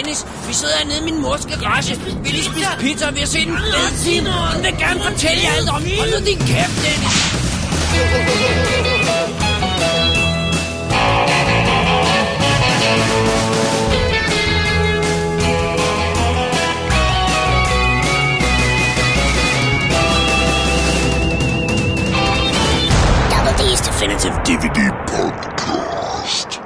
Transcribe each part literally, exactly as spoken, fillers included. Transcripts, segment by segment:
Dennis. Vi sidder hernede i min mors garage. Vi lige spise pizza, og vi har set en fed film. Hun vil gerne fortælle jer alt om. Hold nu din kæft, Dennis. Double D's Definitive D V D Podcast.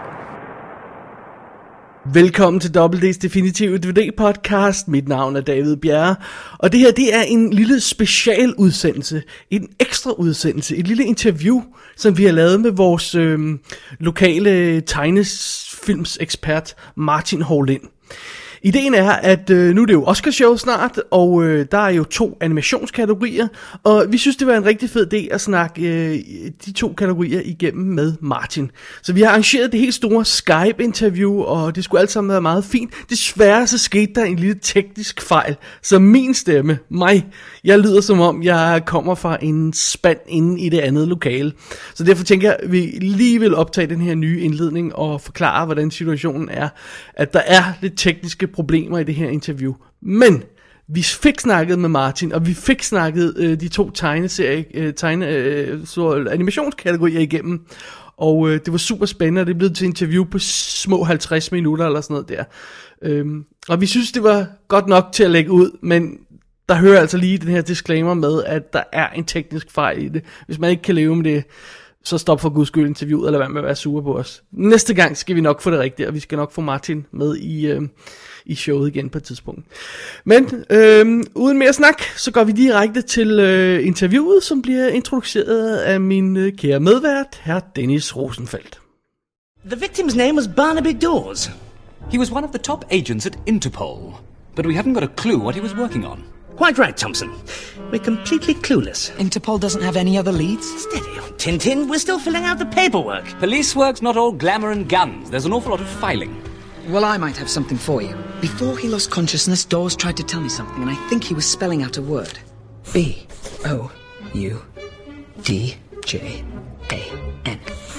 Velkommen til Double D's Definitive D V D Podcast. Mit navn er David Bjerre, og det her det er en lille specialudsendelse, en ekstra udsendelse, et lille interview, som vi har lavet med vores øh, lokale tegnefilmsekspert Martin Holind. Ideen er, at øh, nu er det jo Oscarshow snart, og øh, der er jo to animationskategorier, og vi synes, det var en rigtig fed idé at snakke øh, de to kategorier igennem med Martin. Så vi har arrangeret det helt store Skype-interview, og det skulle alt sammen være meget fint. Desværre så skete der en lille teknisk fejl, så min stemme, mig, jeg lyder som om, jeg kommer fra en spand inde i det andet lokale. Så derfor tænker jeg, at vi lige vil optage den her nye indledning og forklare, hvordan situationen er, at der er lidt tekniske problemer i det her interview. Men vi fik snakket med Martin, og vi fik snakket øh, de to tegneserie, øh, tegne, øh, så animationskategorier igennem. Og øh, det var super spændende, og det blev til interview på små halvtreds minutter eller sådan noget der. Øhm, og vi synes, det var godt nok til at lægge ud, men der hører altså lige den her disclaimer med, at der er en teknisk fejl i det. Hvis man ikke kan leve med det, så stop for guds skyld interviewet, eller hvad med at være sure på os. Næste gang skal vi nok få det rigtigt, og vi skal nok få Martin med i, øh, i showet igen på et tidspunkt. Men øh, uden mere snak, så går vi direkte til øh, interviewet, som bliver introduceret af min øh, kære medvært, hr. Dennis Rosenfeldt. The victim's name was Barnaby Dawes. He was one of the top agents at Interpol, but we haven't got a clue what he was working on. Quite right, Thompson. We're completely clueless. Interpol doesn't have any other leads? Steady on, Tintin. We're still filling out the paperwork. Police work's not all glamour and guns. There's an awful lot of filing. Well, I might have something for you. Before he lost consciousness, Dawes tried to tell me something, and I think he was spelling out a word. B O U D J A N.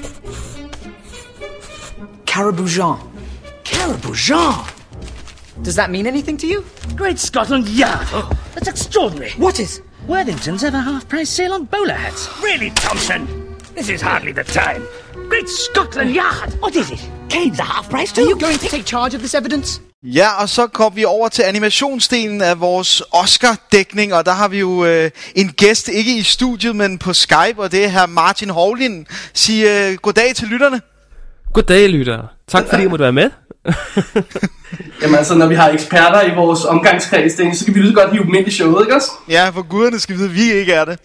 Caribou Jean. Caribou Jean! Does that mean anything to you? Great Scotland Yard! Oh, that's extraordinary. What is? Worthington's have a half-price sale on bowler hats. Really, Thompson? This is hardly the time. Great Scotland Yard! What is it? Kane's a half-price too? Are you going to take charge of this evidence? Ja, og så kom vi over til animationsdelen af vores Oscar-dækning, og der har vi jo øh, en gæst, ikke i studiet, men på Skype, og det er her Martin Holind. Sig øh, goddag til lytterne. Goddag, lyttere. Tak fordi I måtte være med. Jamen altså, når vi har eksperter i vores omgangskreds, så kan vi lige godt hive dem ind i showet, ikke også? Ja, for guderne skal vide, at vi ikke er det.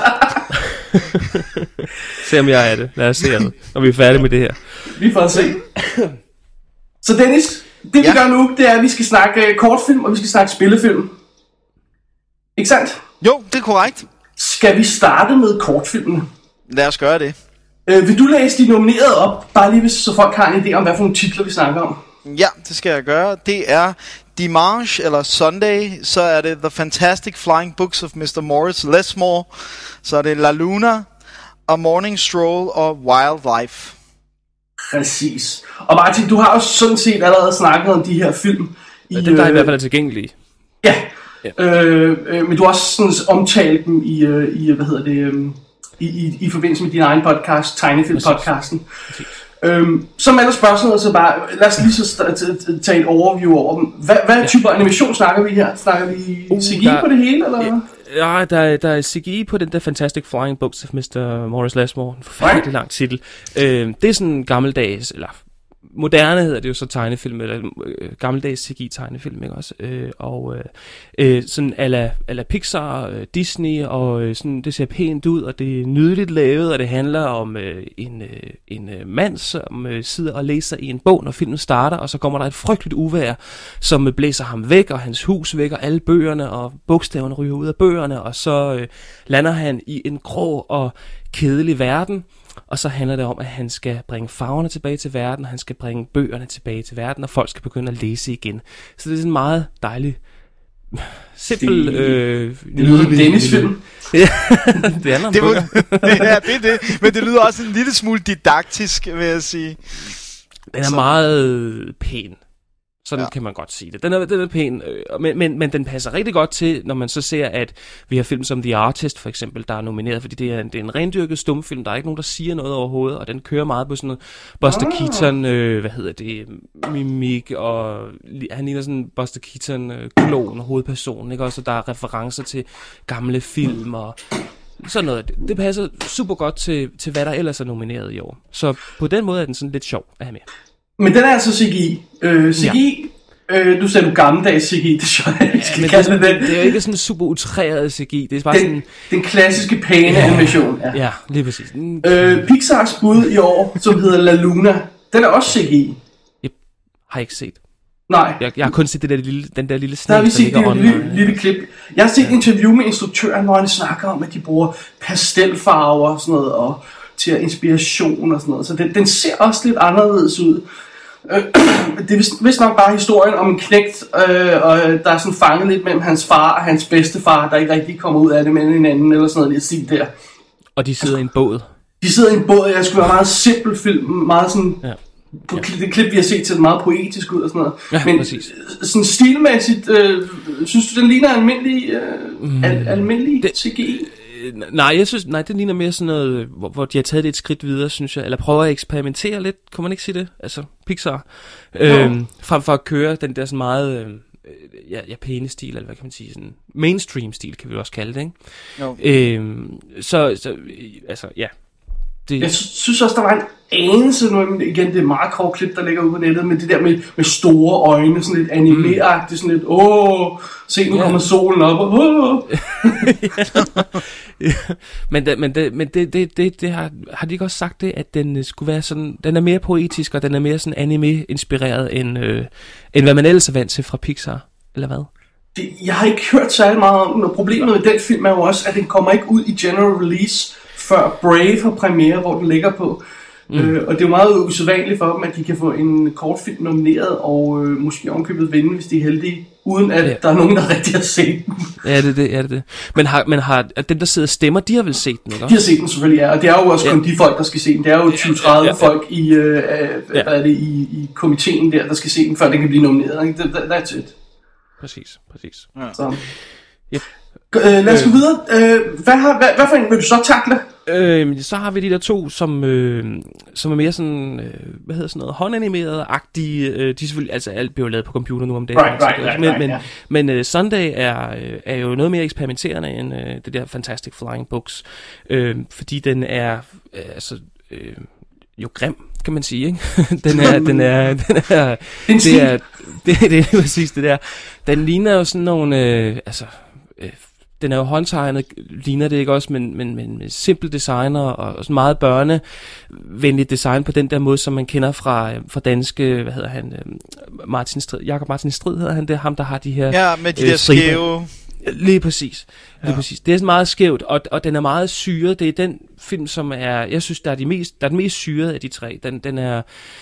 Se om jeg er det. Lad os se det, når vi er færdige med det her. Vi får se. Så Dennis, det vi ja. gør nu, det er, at vi skal snakke kortfilm, og vi skal snakke spillefilm. Ikke sandt? Jo, det er korrekt. Skal vi starte med kortfilmene? Lad os gøre det. Øh, vil du læse de nominerede op, bare lige hvis, så folk har en idé om, hvad for nogle titler vi snakker om? Ja, det skal jeg gøre. Det er Dimanche, eller Sunday, så er det The Fantastic Flying Books of mister Morris Lesmore, så er det La Luna, A Morning Stroll og Wildlife. Præcis. Og Martin, du har jo sådan set allerede snakket om de her film. I, det der er i hvert fald er tilgængelige. Ja, ja. Øh, øh, men du har også sådan omtalt dem i, øh, i hvad hedder det... Øh, I, i, i forbindelse med din egen podcast, Tegnefilm-podcasten. Øhm, som ellers spørgsmålet, så bare, lad os lige så st- tage et overview over dem. Hvad, hvad ja. typer animation snakker vi her? Snakker vi uh, C G I der, på det hele, eller? Ja, der, der er C G I på den der Fantastic Flying Books of mister Morris Lesmore. En forfærdelig lang titel. Øhm, det er sådan en gammeldags, eller moderne hedder det jo så tegnefilm, eller øh, gammeldags C G I-tegnefilm, ikke også? Øh, og øh, sådan a la, a la Pixar, øh, Disney, og øh, sådan, det ser pænt ud, og det er nydeligt lavet, og det handler om øh, en, øh, en øh, mand, som øh, sidder og læser i en bog, når filmen starter, og så kommer der et frygteligt uvejr, som øh, blæser ham væk, og hans hus væk, og alle bøgerne, og bogstaverne ryger ud af bøgerne, og så øh, lander han i en grå og kedelig verden. Og så handler det om, at han skal bringe farverne tilbage til verden, og han skal bringe bøgerne tilbage til verden, og folk skal begynde at læse igen. Så det er sådan en meget dejlig, simpel... Det, øh, det lyder som Dennis-film. Ja, det handler om det bøger. Ja, det er det. Men det lyder også en lille smule didaktisk, vil jeg sige. Den er så meget pæn. Sådan ja. kan man godt sige det. Den er, den er pæn, øh, men, men, men den passer rigtig godt til, når man så ser, at vi har film som The Artist, for eksempel, der er nomineret, fordi det er en, det er en rendyrket stumfilm. Der er ikke nogen, der siger noget overhovedet, og den kører meget på sådan noget Buster ah. Keaton, øh, hvad hedder det, mimik, og han ligner sådan Buster Keaton-klon og hovedperson, ikke? Også der er referencer til gamle film og sådan noget. Det, det passer super godt til, til, hvad der ellers er nomineret i år. Så på den måde er den sådan lidt sjov at have med. Men den er altså C G I. Øh, C G I, ja. øh, du sagde du gammeldags C G I, det er sjovt, jeg skal ja, kalde det, det. Det er jo ikke sådan super utræret C G I, det er bare den, sådan... Den klassiske pæne ja, animation. Ja. ja, lige præcis. Øh, Pixars bud i år, som hedder La Luna, den er også C G I. Jeg har ikke set. Nej. Jeg, jeg har kun set det der lille, den der lille snæk, der ligger der ligger lille, lille klip. Jeg har set et interview med instruktøren, hvor han snakker om, at de bruger pastelfarver og sådan noget, og til inspiration og sådan noget. Så den, den ser også lidt anderledes ud. Det er vist, vist nok bare historien om en knægt, øh, og der er sådan fanget lidt mellem hans far og hans bedstefar, der ikke rigtig kommer ud af det med hinanden, eller sådan noget lidt stil der. Og de sidder i en båd. De sidder i en båd, jeg skulle være meget simpel film, meget sådan... Ja. På det klip, vi har set, til meget poetisk ud og sådan noget. Ja, men præcis. Sådan stilmæssigt, øh, synes du, den ligner almindelig, øh, mm, al- almindelig det, C G I? Øh, nej, jeg synes, nej, den ligner mere sådan noget, hvor, hvor de har taget det et skridt videre, synes jeg. Eller prøver at eksperimentere lidt, kunne man ikke sige det? Altså, Pixar. Øh, frem for at køre den der sådan meget... Øh, ja, ja, pæne stil, eller hvad kan man sige, sådan mainstream stil, kan vi også kalde det, ikke? Jo. Øh, så, så, altså, ja. Det... Jeg synes også, der var en anelse, nu igen, det er meget kort klip, der ligger ude på nettet, men det der med, med store øjne, sådan lidt anime-agtigt, sådan lidt, åh, se nu ja. kommer solen op, og åh. ja. Men, det, men, det, men det, det, det, det har, har de ikke også sagt det, at den skulle være sådan, den er mere poetisk, og den er mere sådan anime-inspireret, end, øh, end hvad man ellers er vant til fra Pixar, eller hvad? Det, jeg har ikke hørt særlig meget om den, og problemet med den film er jo også, at den kommer ikke ud i general release, før Brave har premiere, hvor den ligger på. Mm. Øh, og det er jo meget usædvanligt for dem, at de kan få en kortfilm nomineret, og øh, måske ovenkøbet vinde, hvis de er heldige, uden at ja. der er nogen, der rigtig har set den. Ja, det er det, ja, det, det. Men har, men har dem, der sidder og stemmer, de har vel set den, ikke? De har set den selvfølgelig, ja. Og det er jo også ja. kun de folk, der skal se den. Det er jo tyve til tredive ja, ja, ja. folk i, øh, hvad ja. er det, i, i komiteen der, der skal se den, før den kan blive nomineret. Ikke? That, that's it. Præcis, præcis. Ja. Så. Yep. Øh, lad os gå videre. Øh, hvad, har, hvad, hvad for en vil du så takle? Øh, så har vi de der to, som, øh, som er mere sådan, øh, hvad hedder sådan noget, håndanimeret-agtige. Øh, de er selvfølgelig, altså alt bliver lavet på computer nu om dagen. Right, right, right, men right, men, yeah. men uh, Sunday er, øh, er jo noget mere eksperimenterende end øh, det der Fantastic Flying Books. Øh, fordi den er, øh, altså... Øh, jo grim, kan man sige, ikke? den er, den er, den er, det er, det, det er præcis det der. Den ligner jo sådan nogle, øh, altså, øh, den er jo håndtegnet, ligner det ikke også, men, men, men med simple designer og, og sådan meget børnevenligt design på den der måde, som man kender fra, fra danske, hvad hedder han, Martin Strid, Jakob Martin Strid hedder han, det er ham, der har de her... Ja, med de øh, der skæve... Lige præcis. Lige ja. præcis. Det er meget skævt, og, og den er meget syret. Det er den film, som er, jeg synes, der er, de mest, der er den mest syrede af de tre. Den, den er,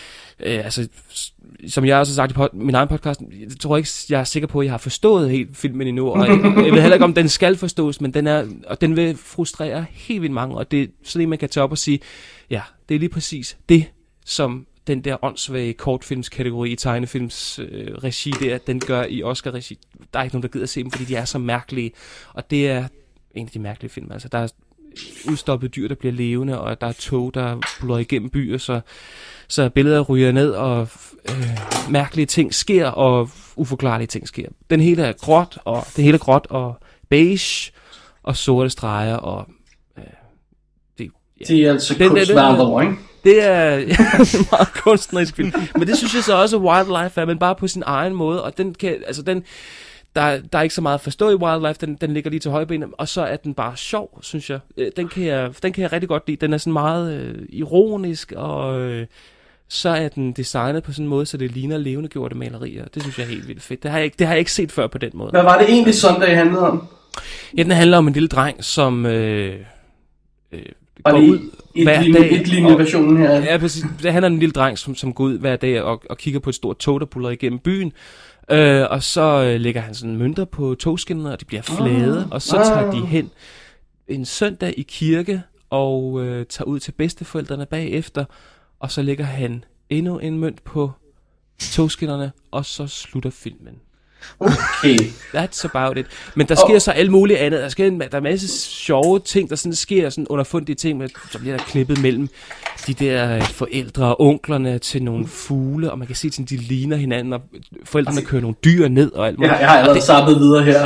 øh, altså, som jeg også har sagt i pod, min egen podcast, jeg tror ikke, jeg er sikker på, at jeg har forstået helt filmen endnu, og jeg, jeg ved heller ikke, om den skal forstås, men den er, og den vil frustrere helt vildt mange, og det er sådan en, man kan tage op og sige, ja, det er lige præcis det, som den der åndssvage kortfilmskategori i tegnefilms øh, regi der, den gør i Oscar-regi. Der er ikke nogen, der gider se dem, fordi de er så mærkelige. Og det er en af de mærkelige film. Altså, der er udstoppet dyr, der bliver levende, og der er tog, der blår igennem byer, så, så billeder ryger ned, og øh, mærkelige ting sker, og uforklarlige ting sker. Den hele er gråt, og det hele er gråt, og beige, og sorte streger, og... Øh, det, ja. det er altså kunstværker, ikke? Det er ja, en meget kunstnerisk film. Men det synes jeg så også, at Wildlife er, men bare på sin egen måde. Og den kan, altså den, der, der er ikke så meget at forstå i Wildlife, den, den ligger lige til højbenet. Og så er den bare sjov, synes jeg. Den kan jeg, den kan jeg rigtig godt lide. Den er sådan meget øh, ironisk, og øh, så er den designet på sådan en måde, så det ligner levendegjorte malerier. Det synes jeg er helt vildt fedt. Det har jeg ikke, det har jeg ikke set før på den måde. Hvad var det egentlig Sunday handlede om? Ja, den handler om en lille dreng, som... Øh, øh, går ud et hver linje, dag. Et linje versionen her. Ja, præcis. Det handler om en lille dreng, som, som går ud hver dag og, og kigger på et stort tog, der buller igennem byen. Øh, og så øh, lægger han sådan mønter på togskinnerne, og de bliver flade. Ah, og så ah. tager de hen en søndag i kirke og øh, tager ud til bedsteforældrene bagefter. Og så lægger han endnu en mønt på togskinnerne, og så slutter filmen. Okay. That's about it. Men der sker oh. så alt muligt andet. Der sker en, der er en masse sjove ting, der sådan sker, sådan underfundige ting, med, så bliver der klippet mellem de der forældre og onklerne til nogle fugle, og man kan se, at de ligner hinanden, og forældrene kører nogle dyr ned og alt muligt. Ja, jeg har allerede det... sappet videre her.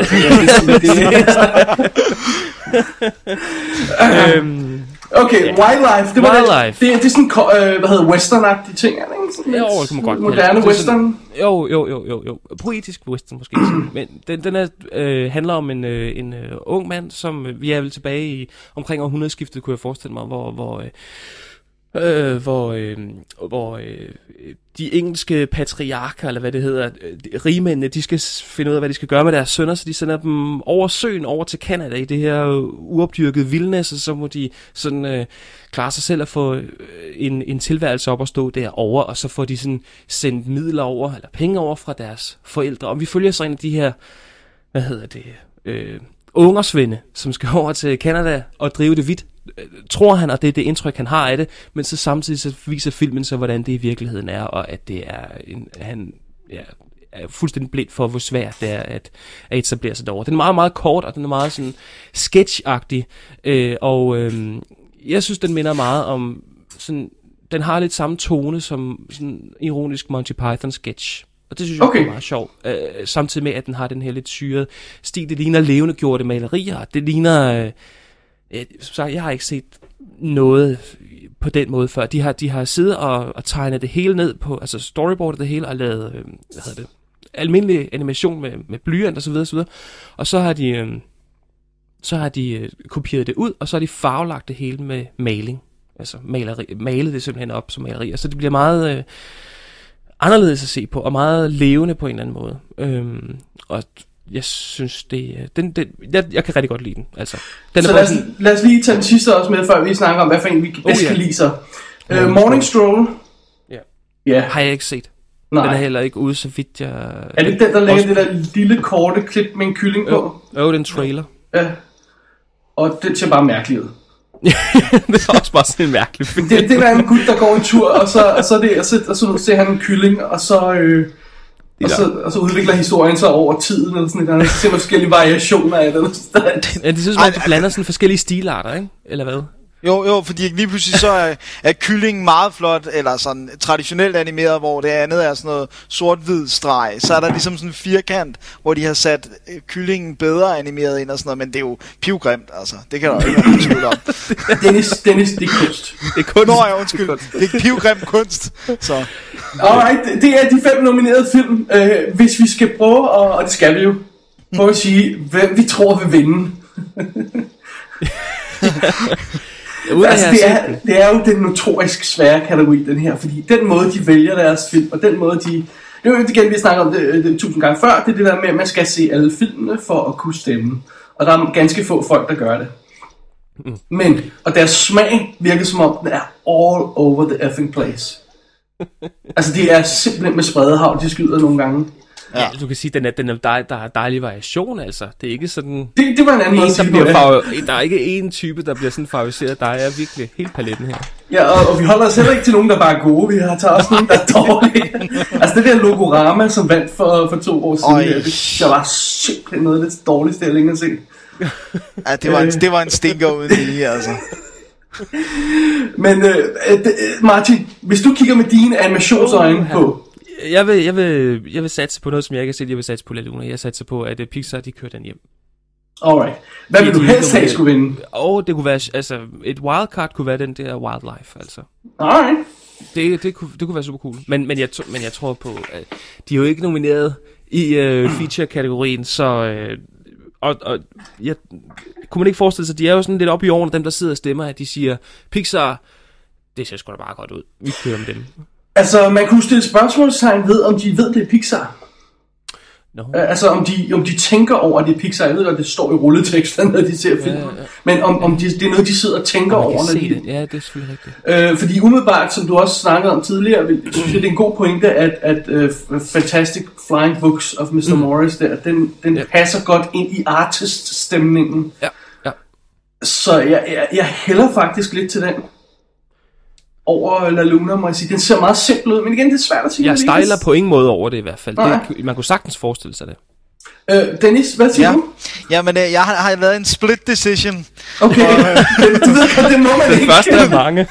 øhm, okay, yeah. Wildlife. Det var Wildlife. Det, det, det er sådan, øh, hvad hedder western-agtige ting, er det ikke? Sådan jo, det kan man godt moderne western. Jo, jo, jo, jo, jo. Poetisk western måske. Men den, den er, øh, handler om en, øh, en øh, ung mand, som øh, vi er vel tilbage i omkring århundredeskiftet, kunne jeg forestille mig, hvor... hvor øh, Øh, hvor øh, hvor øh, de engelske patriarker, eller hvad det hedder, de, rigmændene, de skal finde ud af, hvad de skal gøre med deres sønner, så de sender dem over søen, over til Canada, i det her uopdyrkede vildnæs, og så må de sådan øh, klare sig selv at få øh, en, en tilværelse op og stå derovre, og så får de sådan sendt midler over, eller penge over fra deres forældre, og vi følger så en af de her, hvad hedder det, øh, ungersvende, som skal over til Canada og drive det vidt, tror han, og det er det indtryk, han har af det, men så samtidig så viser filmen så, hvordan det i virkeligheden er, og at det er en, han ja, er fuldstændig blind for, hvor svært det er at, at etablere sig derovre. Den er meget, meget kort, og den er meget sådan sketch-agtig, øh, og øh, jeg synes, den minder meget om, sådan, den har lidt samme tone som sådan ironisk Monty Python sketch. Og det synes jeg okay. er meget sjovt. Øh, samtidig med, at den har den her lidt syrede stil. Det ligner levende gjorte malerier. Det ligner... Øh, Så jeg har ikke set noget på den måde før. De har, de har siddet og, og tegnet det hele ned på, altså storyboardet det hele, og lavet, øh, hvad hedder det, almindelig animation med, med blyant og så videre, og så videre. Og så har de, øh, så har de øh, kopieret det ud, og så har de farvelagt det hele med maling. Altså maleri, malet det simpelthen op som maleri. Så det bliver meget øh, anderledes at se på, og meget levende på en eller anden måde. Øhm, og jeg synes, det, den, den, jeg, jeg kan rigtig godt lide den. Altså, den så er lad os, sådan... lad os lige tage den sidste også med, før vi snakker om, hvad for en vi bedst oh, yeah. kan lide sig. Uh, Morning Stroll. Ja. Yeah. Yeah. Har jeg ikke set. Nej. Den er heller ikke ude, så vidt jeg... Er det ikke den, der lægger også... det der lille, korte klip med en kylling på? Jo, jo, den trailer. Ja. Og den ser bare mærkelig ud. Det er også bare sådan en mærkelig film. Det, det er en gut, der går en tur, og så, og så, det, og så, og så ser han en kylling, og så... Øh, Og så, og så udvikler historien sig over tiden, eller sådan noget. Så ser man forskellige variationer af det. Ja, det synes man, de blander sådan forskellige stilarter, ikke? Eller hvad? Jo, jo, fordi lige pludselig så er, er kyllingen meget flot, eller sådan traditionelt animeret, hvor det andet er sådan noget sort-hvid streg. Så er der ligesom sådan en firkant, hvor de har sat kyllingen bedre animeret ind og sådan noget, men det er jo pivgrimt, altså. Det kan der jo ikke være tvivl om. Dennis, Dennis, det er kunst. Det er kunst. Nå, ja, undskyld. Det er pivgrimt kunst, så... Alright, det er de fem nominerede film. Uh, hvis vi skal prøve, og, og det skal vi jo, prøve at sige, hvem vi tror vil vinde. Altså, det, er, det er jo den notorisk svære kategori, den her, fordi den måde, de vælger deres film, og den måde, de... Det er jo igen, vi snakker om det, det tusind gange før, det er det der med, at man skal se alle filmene for at kunne stemme. Og der er ganske få folk, der gør det. Mm. Men, og deres smag virker som om, den er all over the effing place. Altså, det er simpelthen med spredehav, de skyder nogle gange. Ja, ja, du kan sige, at den er, den er dej, der er dejlig variation, altså. Det er ikke sådan... Det, det var en anden måde, der, bliver favor- der er ikke én type, der bliver sådan favoriseret. Der er virkelig hele paletten her. Ja, og, og vi holder os heller ikke til nogen, der bare er gode. Vi har taget også nogen, der er dårlige. Altså, det der Logorama, som vandt for, for to år siden, det, det var simpelthen noget af det dårligste, jeg længe har set. Ja, det var en, det var en stinker uden lige, altså. Men, øh, Martin, hvis du kigger med dine animationsøjne oh, på... Jeg vil, jeg, vil, jeg vil satse på noget, som jeg ikke har set. Jeg vil satse på La Luna. Jeg satser på, at Pixar, de kører den hjem. Alright. Hvad vil du helst have, skulle vinde? Og det kunne være, altså, et wildcard kunne være den der Wildlife, altså. Alright. Det, det, kunne, det kunne være super cool. Men, men, jeg, men jeg tror på, at de er jo ikke nomineret i uh, feature-kategorien, så... Uh, og, og jeg kunne man ikke forestille sig, de er jo sådan lidt oppe i årene, dem der sidder og stemmer, at de siger, Pixar, det ser sgu da bare godt ud. Vi kører med dem. Altså, man kunne stille spørgsmålstegn ved, om de ved, det er Pixar. No. Uh, altså, om de, om de tænker over, at det er Pixar. Jeg ved godt, det står i rulleteksten, når de ser filmen. Ja, ja. Men om, om de, det er noget, de sidder og tænker over. Når de... det. Ja, det er selvfølgelig rigtigt. Uh, fordi umiddelbart, som du også snakkede om tidligere, synes jeg, det er en god pointe, at, at uh, Fantastic Flying Books of mister Mm. Morris, der, den, den ja. passer godt ind i artist-stemningen. Ja, ja. Så jeg, jeg, jeg hælder faktisk lidt til den. over La Luna, må jeg sige. Den ser meget simpel ud, men igen, det er svært at sige. Jeg stejler på ingen måde over det i hvert fald. Det, man kunne sagtens forestille sig det. Øh, Dennis, hvad siger ja. du? Jamen, øh, jeg har, har lavet en split decision. Okay, og, øh, du ved godt, det må man det ikke. Det første er mange.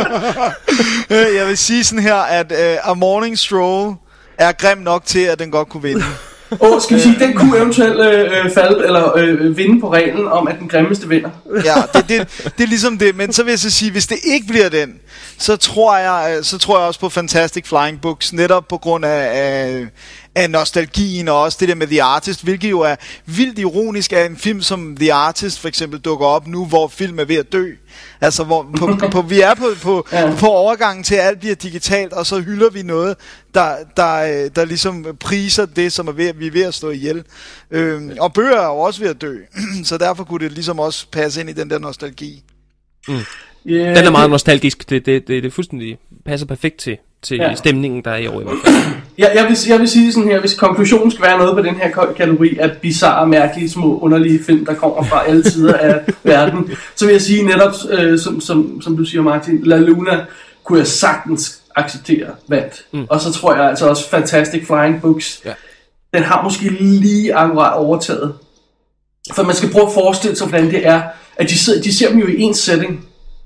Jeg vil sige sådan her, at øh, A Morning Stroll er grim nok til, at den godt kunne vinde. Åh, oh, skal vi sige, den kunne eventuelt øh, falde, eller øh, vinde på reglen om, at den grimmeste vinder. Ja, det, det, det er ligesom det. Men så vil jeg så sige, hvis det ikke bliver den, så tror jeg, så tror jeg også på Fantastic Flying Books, netop på grund af, af, af nostalgien, og også det der med The Artist, hvilket jo er vildt ironisk af en film som The Artist for eksempel dukker op nu, hvor film er ved at dø. Altså, hvor, på, på, vi er på, på, ja. på overgangen til, at alt bliver digitalt, og så hylder vi noget, der, der, der ligesom priser det, som er ved, vi er ved at stå ihjel. Øhm, og bøger er jo også ved at dø, så derfor kunne det ligesom også passe ind i den der nostalgi. Mm. Yeah, den er meget nostalgisk. Det, det, det, det fuldstændig passer perfekt til, til ja. stemningen, der er i år i hvert fald. Ja, jeg, vil, jeg vil sige sådan her, hvis konklusionen skal være noget på den her kategori af bizarre, mærkelige, små, underlige film, der kommer fra alle sider af verden, så vil jeg sige netop, øh, som, som, som du siger, Martin, La Luna kunne jeg sagtens acceptere vandt. Mm. Og så tror jeg altså også Fantastic Flying Books, ja. Den har måske lige akkurat overtaget. For man skal prøve at forestille sig, hvordan det er, at de, sidder, de ser dem jo i en setting.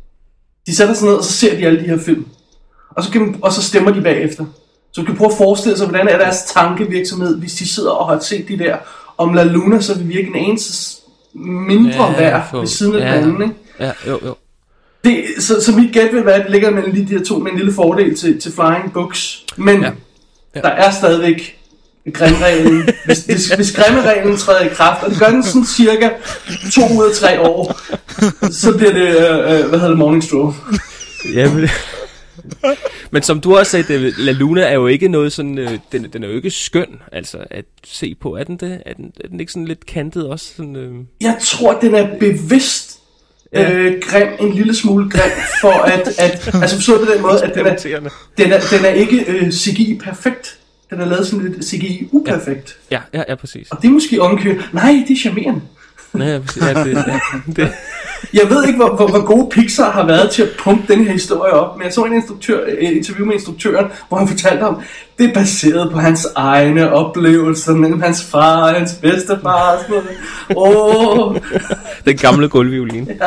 De sætter sig ned, og så ser de alle de her film. Og så, kan man, og så stemmer de bagefter. Så du kan prøve at forestille sig, hvordan er deres tankevirksomhed, hvis de sidder og har set de der. Om La Luna, så vil virke en eneste mindre ja, værd ved siden af ja, den anden, ikke? Ja, jo, jo. Det, så, så mit gæt vil være, at det ligger mellem de her to med en lille fordel til, til Flying Books. Men ja. Ja. Der er stadigvæk grimreglen. Hvis, hvis, hvis grimreglen træder i kraft, og det gør den sådan cirka to ud af tre år, så bliver det, øh, hvad hedder det, Morning Stroll. Ja, men, men som du også sagde, La Luna er jo ikke noget sådan, øh, den, den er jo ikke skøn, altså at se på. Er den det? Er den, er den ikke sådan lidt kantet også? Sådan, øh... Jeg tror, den er bevidst ja. øh, grim, en lille smule grim, for at, at altså forstået på den måde, at den er, den er, den er ikke øh, C G I perfekt. Den er lavet sådan lidt C G I uperfekt. Ja, ja, ja, ja præcis. Og det er måske omkørt. Nej, det er charmerende. Nej, ja, ja, det, ja, det. Jeg ved ikke, hvor, hvor, hvor gode Pixar har været til at pumpe den her historie op, men jeg så en instruktør, et interview med instruktøren, hvor han fortalte om, det er baseret på hans egne oplevelser mellem hans far og hans bedstefar og sådan noget. Oh. Den gamle gulvviolin. Ja.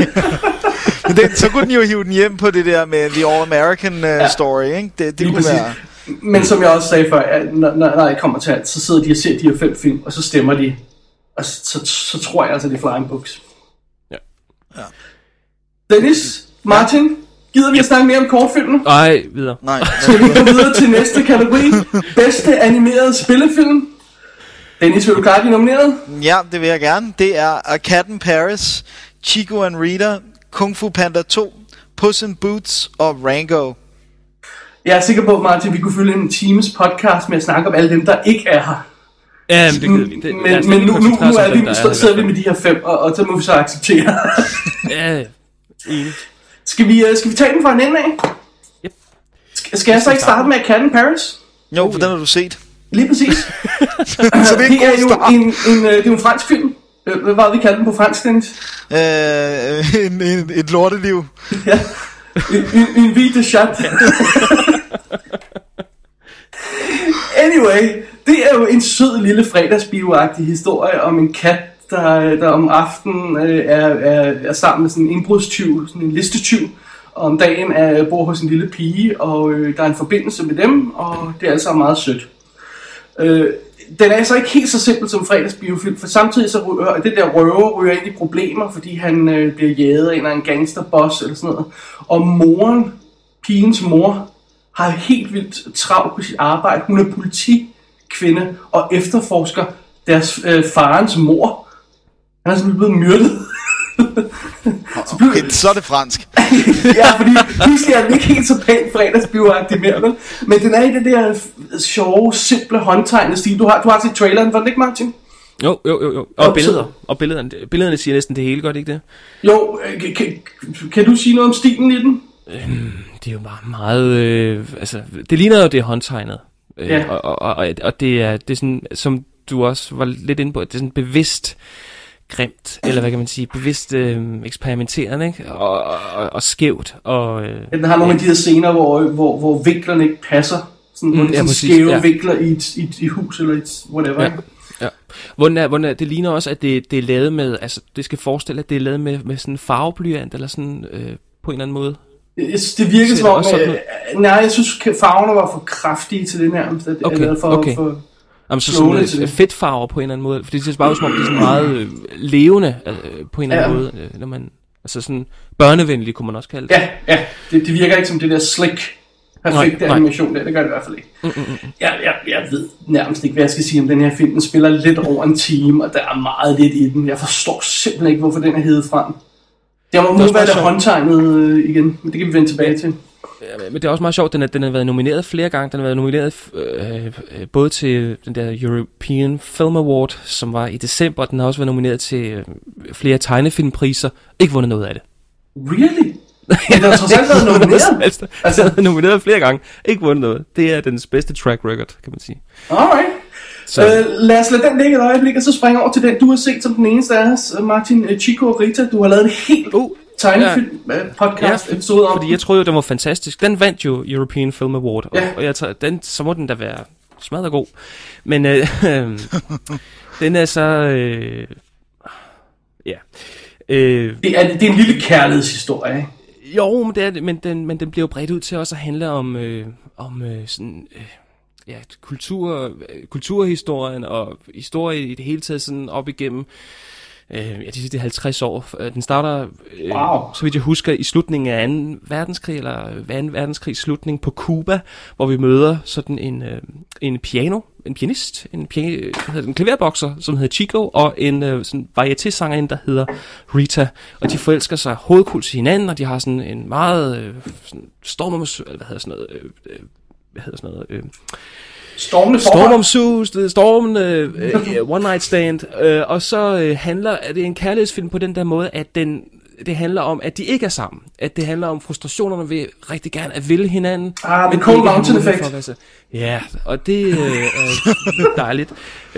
den, så kunne den jo hive den hjem på det der med The All American uh, ja. Story, ikke? Det, det kunne præcis. Være... Men som jeg også sagde før, at når, når jeg kommer til alt, så sidder de og ser de her fem film, og så stemmer de. Og så, så, så tror jeg altså, det er Flying Books. Ja. Ja. Dennis, Martin, ja. Gider vi at snakke mere om kortfilmen? Nej, videre. Nej. Skal vi gå videre til næste kategori? Bedste animerede spillefilm. Dennis, vil du klare de nominerede? Ja, det vil jeg gerne. Det er A Cat in Paris, Chico and Rita, Kung Fu Panda to, Puss in Boots og Rango. Jeg er sikker på, Martin, vi kunne fylde en times podcast med at snakke om alle dem, der ikke er her. Ja, men det gider vi. Det, men men nu, nu, nu er vi, så sidder vi med de her fem, og, og så må vi så acceptere. Ja, enig. Skal vi, uh, skal vi tage den fra en ende af? Yep. Skal, skal jeg så ikke starte med A Cat in Paris? Jo, for oh, den har du set. Lige præcis. Så det er, det er jo en, en, det er en fransk film. Hvad var det, vi kaldte den på fransk, Dennis? Uh, en, en, et lorteliv. Ja. En, en, en vie de chat. Anyway, det er jo en sød lille fredagsbioagtig historie om en kat, der, der om aftenen øh, er, er, er sammen med sådan en indbrudstyv, sådan en listetyv, og om dagen er, bor hos en lille pige, og øh, der er en forbindelse med dem, og det er altså meget sødt. Øh, den er altså ikke helt så simpel som fredagsbiofilm, for samtidig så ryger det der røver ryger ind i problemer, fordi han øh, bliver jaget af en eller anden gangsterboss eller sådan noget. Og moren, pigens mor, har helt vildt travlt på sit arbejde. Hun er politikvinde og efterforsker deres øh, farens mor. Han er simpelthen blevet myrdet. så, blev... okay, så er det fransk. Ja, fordi pludselig er den ikke helt så pænt fredagsbioagtig mere, vel? Men den er i det der sjove, simple, håndtegnede stil. Du har, du har set traileren, var det ikke, Martin? Jo, jo, jo, jo. Og jo, billeder. Så... Og billederne, billederne siger næsten det hele, gør det ikke det? Jo, kan, kan, kan du sige noget om stilen i den? Øhm, det er jo bare meget... Øh, altså, det ligner jo, det er håndtegnet. Øh, ja. og, og, og, og det er, det er sådan, som du også var lidt inde på, det er sådan bevidst grimt, eller hvad kan man sige, bevidst øh, eksperimenterende, ikke? Og, og, og skævt. Og, øh, den har nogle af de her scener, hvor, hvor, hvor vinklerne ikke passer. Sådan, hvor Mm, det er ja, sådan præcis, skæve ja. vinkler i et, i, et, i et hus, eller et whatever. Ja. Ja. Hvordan er, hvordan er, det ligner også, at det, det er lavet med, altså det skal forestille, at det er lavet med, med sådan en farveblyant, eller sådan øh, på en eller anden måde. Jeg synes, det virker Ser som det om, også sådan øh, nej, jeg synes, farverne var for kraftige til det nærmest. At Okay, jeg lavede for, okay. for Jamen, så slående til sådan det. øh, fedtfarver på en eller anden måde, for det ser bare ud som om, det er sådan meget øh, levende øh, på en eller anden Ja. måde, øh, når man, altså sådan børnevenlig kunne man også kalde det. Ja, ja. Det, det virker ikke som det der slick, perfekte Nej, nej. animation der. Det gør det i hvert fald ikke. Mm, mm, mm. Jeg, jeg, jeg ved nærmest ikke, hvad jeg skal sige om den her film. Den spiller lidt over en time, og der er meget lidt i den. Jeg forstår simpelthen ikke, hvorfor den er hedet frem. Det må er nu også være det meget håndtegnet øh, igen, men det kan vi vende tilbage til. Ja, men det er også meget sjovt, den, er, den har været nomineret flere gange. Den har været nomineret øh, øh, både til den der European Film Award, som var i december, og den har også været nomineret til øh, flere tegnefilmpriser. Ikke vundet noget af det. Really? Men den har trods alt været nomineret. altså, Altså- den har været nomineret flere gange. Ikke vundet noget. Det er dens bedste track record, kan man sige. Alright. Så, Øh, lad os lade den ligge et øjeblik, og så springe over til den, du har set som den eneste af os, Martin, øh, Chico og Rita. Du har lavet en helt uh, tegnefilm ja. podcast Ja, episode om. fordi jeg troede jo, den var fantastisk. Den vandt jo European Film Award, og, Ja. og jeg tager, den, så må den da være smadret god. Men øh, øh, den er så... Øh, ja. Øh, Det er, det er en lille kærlighedshistorie, ikke? jo, men, det er, det, men, den, men den bliver jo bredt ud til også at handle om, øh, om øh, sådan... Øh, ja, kultur, øh, kulturhistorien og historie i det hele taget sådan op igennem øh, ja, de sidste halvtreds år. Øh, Den starter, øh, Wow. så vidt jeg husker, i slutningen af anden verdenskrig, eller anden verdenskrigs slutning på Cuba, hvor vi møder sådan en, øh, en piano, en pianist, en, pian, hvad hedder det, en klaverbokser, som hedder Chico, og en øh, sådan varieté-sangerinde, der hedder Rita. Og de forelsker sig hovedkult til hinanden, og de har sådan en meget øh, sådan storm, hvad hedder sådan noget, øh, øh, hvad hedder sådan noget, øh, Stormende Storm forhold. om sus, Storm, øh, øh, One Night Stand, øh, og så øh, handler, er det en kærlighedsfilm på den der måde, at den, det handler om, at de ikke er sammen. At det handler om frustrationerne ved rigtig gerne at ville hinanden. Ah, the men Cold ikke have Mountain mulighed effect. for at være så- Ja, og det øh, er dejligt.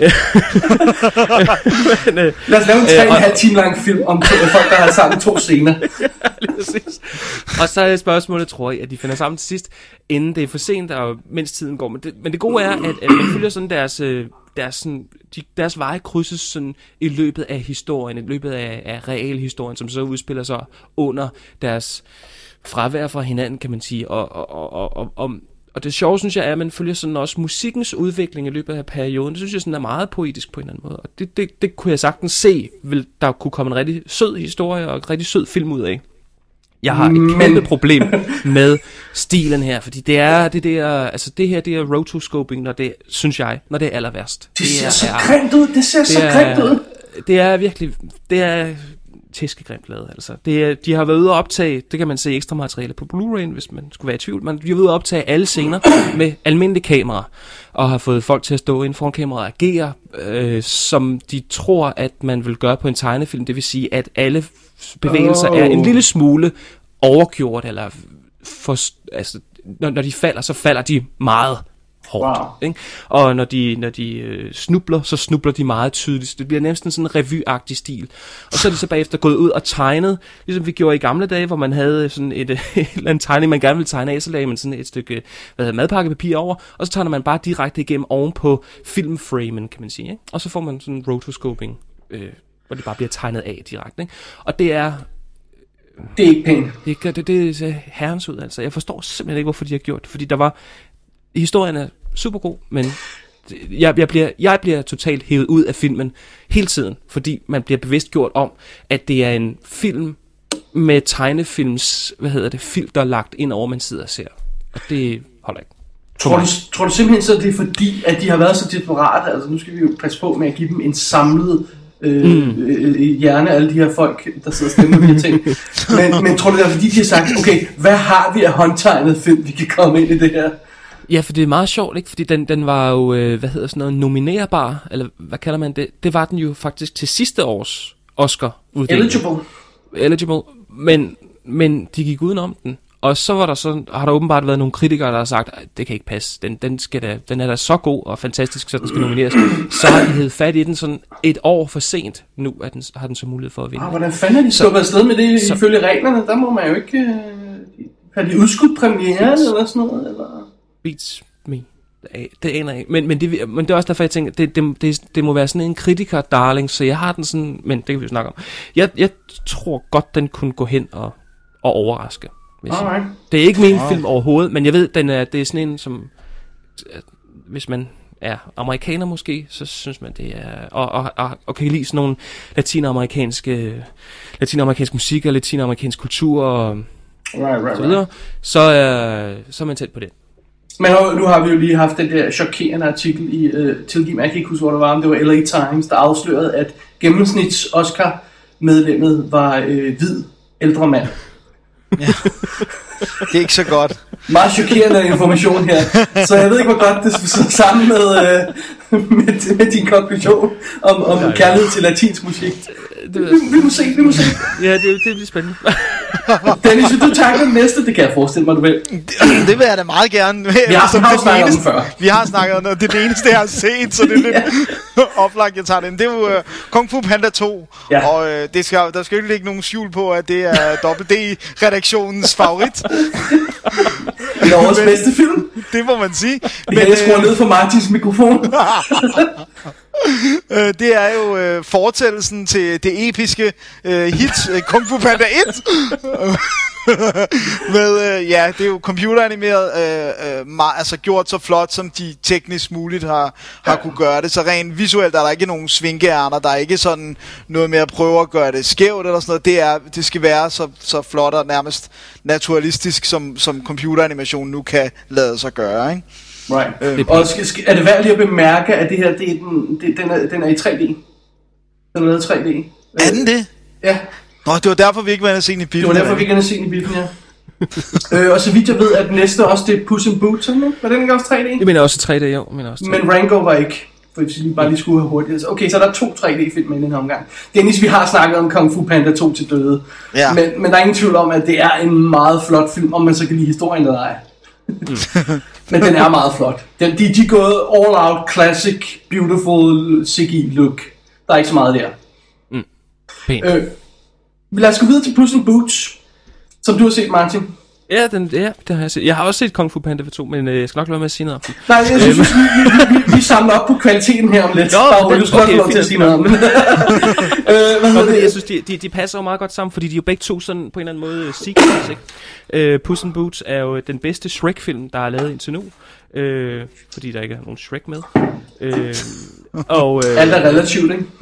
men, øh, Lad os lave en tre og en og- halv time lang film om to, folk, der har sammen to scener. lige præcis. Og så er spørgsmålet, tror jeg, at de finder sammen til sidst, inden det er for sent, og mens tiden går. Men det, men det gode er, at, at man følger sådan deres, øh, deres, sådan, de, deres veje krydses sådan i løbet af historien, i løbet af, af realhistorien, som så udspiller sig under deres fravær fra hinanden, kan man sige. Og, og, og, og, og, og Og det sjove, synes jeg, er, at man følger sådan også musikkens udvikling i løbet af perioden. Det synes jeg sådan er meget poetisk på en eller anden måde. Og det, det, det kunne jeg sagtens se, vil der kunne komme en rigtig sød historie og en rigtig sød film ud af. Jeg har et Men- kæmpe problem med stilen her, fordi det er det der, altså det her, det er rotoscoping, når det, synes jeg, når det er aller værst. Det ser er, så er- grimt ud, det ser det så er- grimt ud. Det er virkelig, det er tæskegrimt lavet, altså. Det er, de har været ude at optage, det kan man se ekstra materiale på Blu-ray, hvis man skulle være i tvivl, men de har været ude at optage alle scener med almindelige kameraer, og har fået folk til at stå inden foran kameraet og agere, øh, som de tror, at man vil gøre på en tegnefilm. Det vil sige, at alle bevægelser Oh. er en lille smule overgjort, eller for, altså, når, når de falder, så falder de meget hårdt. Wow. Ikke? Og når de, når de øh, snubler, så snubler de meget tydeligt. Så det bliver næsten sådan en revyagtig stil. Og så er de så bagefter gået ud og tegnet, ligesom vi gjorde i gamle dage, hvor man havde sådan et, et eller andet tegning, man gerne ville tegne af, så lagde man sådan et stykke hvad hedder, madpakkepapir over, og så tegner man bare direkte igennem oven på filmframen, kan man sige. Ikke? Og så får man sådan en rotoscoping, øh, hvor det bare bliver tegnet af direkte. Ikke? Og det er Det er ikke pænt. det, gør- det, det ser herrens ud, altså. Jeg forstår simpelthen ikke, hvorfor de har gjort det. Fordi der var... Historien er super god, men det- jeg, jeg, bliver, jeg bliver totalt hævet ud af filmen hele tiden. Fordi man bliver bevidst gjort om, at det er en film med tegnefilms... Hvad hedder det? Filter lagt ind over, man sidder og ser. Og det holder ikke. Tror du, tror du simpelthen så, det er fordi, at de har været så desperate? Altså nu skal vi jo passe på med at give dem en samlet øh, mm. øh, hjerne af alle de her folk, der sidder og stemmer de her ting. Men, men tror du det er fordi, de har sagt, okay, hvad har vi af håndtegnet film, vi kan komme ind i det her? Ja, for det er meget sjovt, ikke? Fordi den, den var jo, øh, hvad hedder sådan noget, nominerbar, eller hvad kalder man det? Det var den jo faktisk til sidste års Oscar-uddeling. Eligible. Eligible, men, men de gik udenom den. Og så var der så, har der åbenbart været nogle kritikere, der har sagt, at det kan ikke passe, den, den, skal da, den er da så god og fantastisk, så den skal nomineres. Så har de hævet fat i den sådan et år for sent, nu at den, har den så mulighed for at vinde. Ah, hvordan fanden er de skubbet afsted med det så, ifølge reglerne? Der må man jo ikke... Øh, har de udskudt premieren eller sådan noget? Eller? Beats me. Det aner jeg ikke. Men, men, det, men det er også derfor, jeg tænker, det, det, det, det må være sådan en kritiker-darling, så jeg har den sådan... Men det kan vi jo snakke om. Jeg, jeg tror godt, den kunne gå hen og, og overraske. Alright. Det er ikke min wow. film overhovedet, men jeg ved, den er, det er sådan en, som... Hvis man er amerikaner måske, så synes man, det er... Og, og, og, og kan lide sådan nogle latinamerikanske... Latinamerikansk musik og latinamerikansk kultur og... Right, right, så videre. right. Så, øh, så er man tæt på det. Men nu har vi jo lige haft den der chokerende artikel i uh, Tilgiv mig, jeg kan ikke huske, hvor det var, om det var L A Times, der afslørede, at gennemsnits Oscar-medlemmet var øh, hvid ældre mand. Ja. Det er ikke så godt. Meget chokerende information her. Så jeg ved ikke, hvor godt det står sammen med, øh, med, med din konklusion om, om ja, kærlighed til latinsk musik. Det, det, vi, vi må se, vi må se. Ja, det, det bliver spændende. Dennis, vil du takke den næste? Det kan jeg forestille mig, du vil. Det, det vil jeg da meget gerne. Vi har, vi har snakket om den før. Vi har snakket om det. Det er det eneste, jeg har set, så det er lidt ja. oplagt, jeg tager den. Det er jo uh, Kung Fu Panda to, ja. og uh, det skal, der skal jo ikke ligge nogen skjul på, at det er W D-redaktionens favorit. Det er årets bedste film. Det må man sige. Men jeg skruer ned for Martins mikrofon. Det er jo øh, fortællelsen til det episke øh, hit øh, Kung Fu Panda et. Med, øh, ja, det er jo computeranimeret, øh, øh, meget, altså gjort så flot, som de teknisk muligt har, har kunne gøre det. Så rent visuelt er der ikke nogen svinkeærner, der er ikke sådan noget med at prøve at gøre det skævt eller sådan noget. Det, er, det skal være så, så flot og nærmest naturalistisk, som, som computeranimation nu kan lade sig gøre, ikke? Right. Øh, og skal, skal, er det værd lige at bemærke, at det her, det er den, det, den, er, den er i tre D? Den er lavet i tre D. Er den det? Ja. Nå, det var derfor, vi ikke var inde og se den i biffen. Det var derfor, vi ikke var inde og se den i biffen, ja. øh, og så vidt jeg ved, at næste også, det er Puss in Boots, ikke? Var den ikke også tre D? Jeg mener også tre D, jo. Men, også men Rango var ikke, for hvis vi bare lige skulle have hurtigt. Okay, så er der to tre D-film i den her omgang. Dennis, vi har snakket om Kung Fu Panda to til døde. Ja. Men, men der er ingen tvivl om, at det er en meget flot film, om man så kan lide historien eller ej. Mm. Men den er meget flot. Den, de, de er gået all out classic, beautiful, C G I look. Der er ikke så meget der. Mm. Pænt. Øh, lad os gå videre til Puss in Boots, som du har set, Martin. Ja, den, ja, det har jeg set. Jeg har også set Kung Fu Panda to, men øh, jeg skal nok lade være med at sige noget om den. Nej, jeg synes, vi, vi, vi, vi samler op på kvaliteten her om lidt. Jo, bare du skal okay, nok til at sige noget om det. øh, hvad det? Jeg synes, de, de, de passer jo meget godt sammen, fordi de er jo begge to sådan på en eller anden måde sequels, ikke? Øh, Puss in Boots er jo den bedste Shrek-film, der er lavet indtil nu. Øh, fordi der ikke er nogen Shrek med. Øh, og, øh, Alt er relativt, ikke?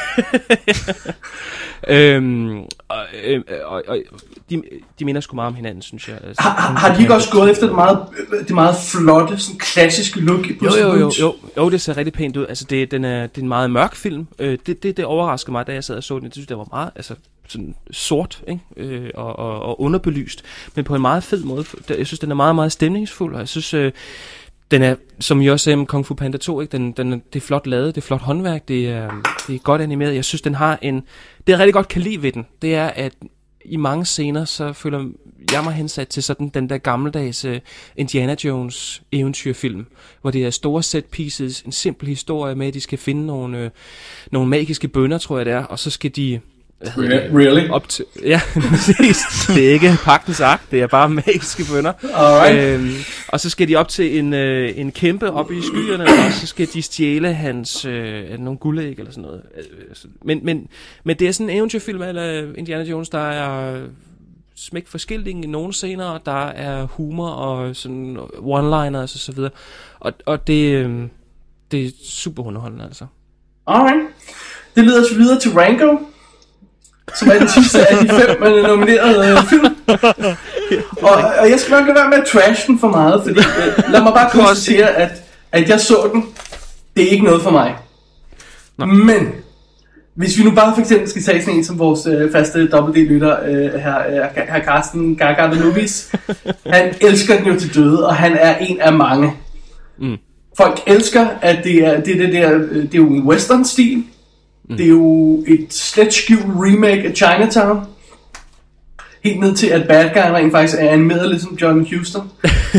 øhm, og, øh, og, og de, de minder sgu meget om hinanden, synes jeg. Altså, har, har de ikke også gået efter det meget, det meget flotte, sådan klassiske look i Puss in jo, jo, Boots? jo, jo, jo, det ser rigtig pænt ud. Altså, det, den er, det er en meget mørk film. Øh, det, det, det overraskede mig, da jeg sad og så den. Jeg synes, det var meget altså, sådan sort, ikke? Øh, og, og, og underbelyst, men på en meget fed måde. Jeg synes, den er meget, meget stemningsfuld, og jeg synes... Øh, den er, som I også sagde om Kung Fu Panda to, ikke? Den, den, det er flot lavet, det er flot håndværk, det er, det er godt animeret. Jeg synes, den har en... Det jeg rigtig godt kan lide ved den, det er, at i mange scener, så føler jeg mig hensat til sådan den der gammeldags uh, Indiana Jones eventyrfilm, hvor det er store set pieces, en simpel historie med, at de skal finde nogle, øh, nogle magiske bønner, tror jeg det er, og så skal de... Really? really? Op til, ja, præcis. Det er ikke pagtens akt, det er bare magiske bønner. Øhm, og så skal de op til en, øh, en kæmpe op i skyerne, og så skal de stjæle hans øh, nogle guldæg eller sådan noget. Men, men, men det er sådan en eventyrfilm af Indiana Jones, der er smæk for skiltingen i nogle scener, der er humor og sådan one-liners og så videre. Og, og det, øh, det er super underholdende, altså. Alright. Det leder os videre til Rango, som er den sidste af de fem nominerede øh, film. og, og jeg skal nok lade være med at trash den for meget, fordi øh, lad mig bare konstatere, at, at jeg så den. Det er ikke noget for mig. Nå. Men hvis vi nu bare for eksempel skal tage sådan en som vores øh, faste dobbelt D-lytter, øh, her, øh, her Carsten Gaga The Movies. Han elsker den jo til døde, og han er en af mange. Mm. Folk elsker, at det er det, det, der, det er jo en western-stil. Mm. Det er jo et slet skjult remake af Chinatown. helt ned til, at bad guy rent faktisk er animeret ligesom Johnny Houston.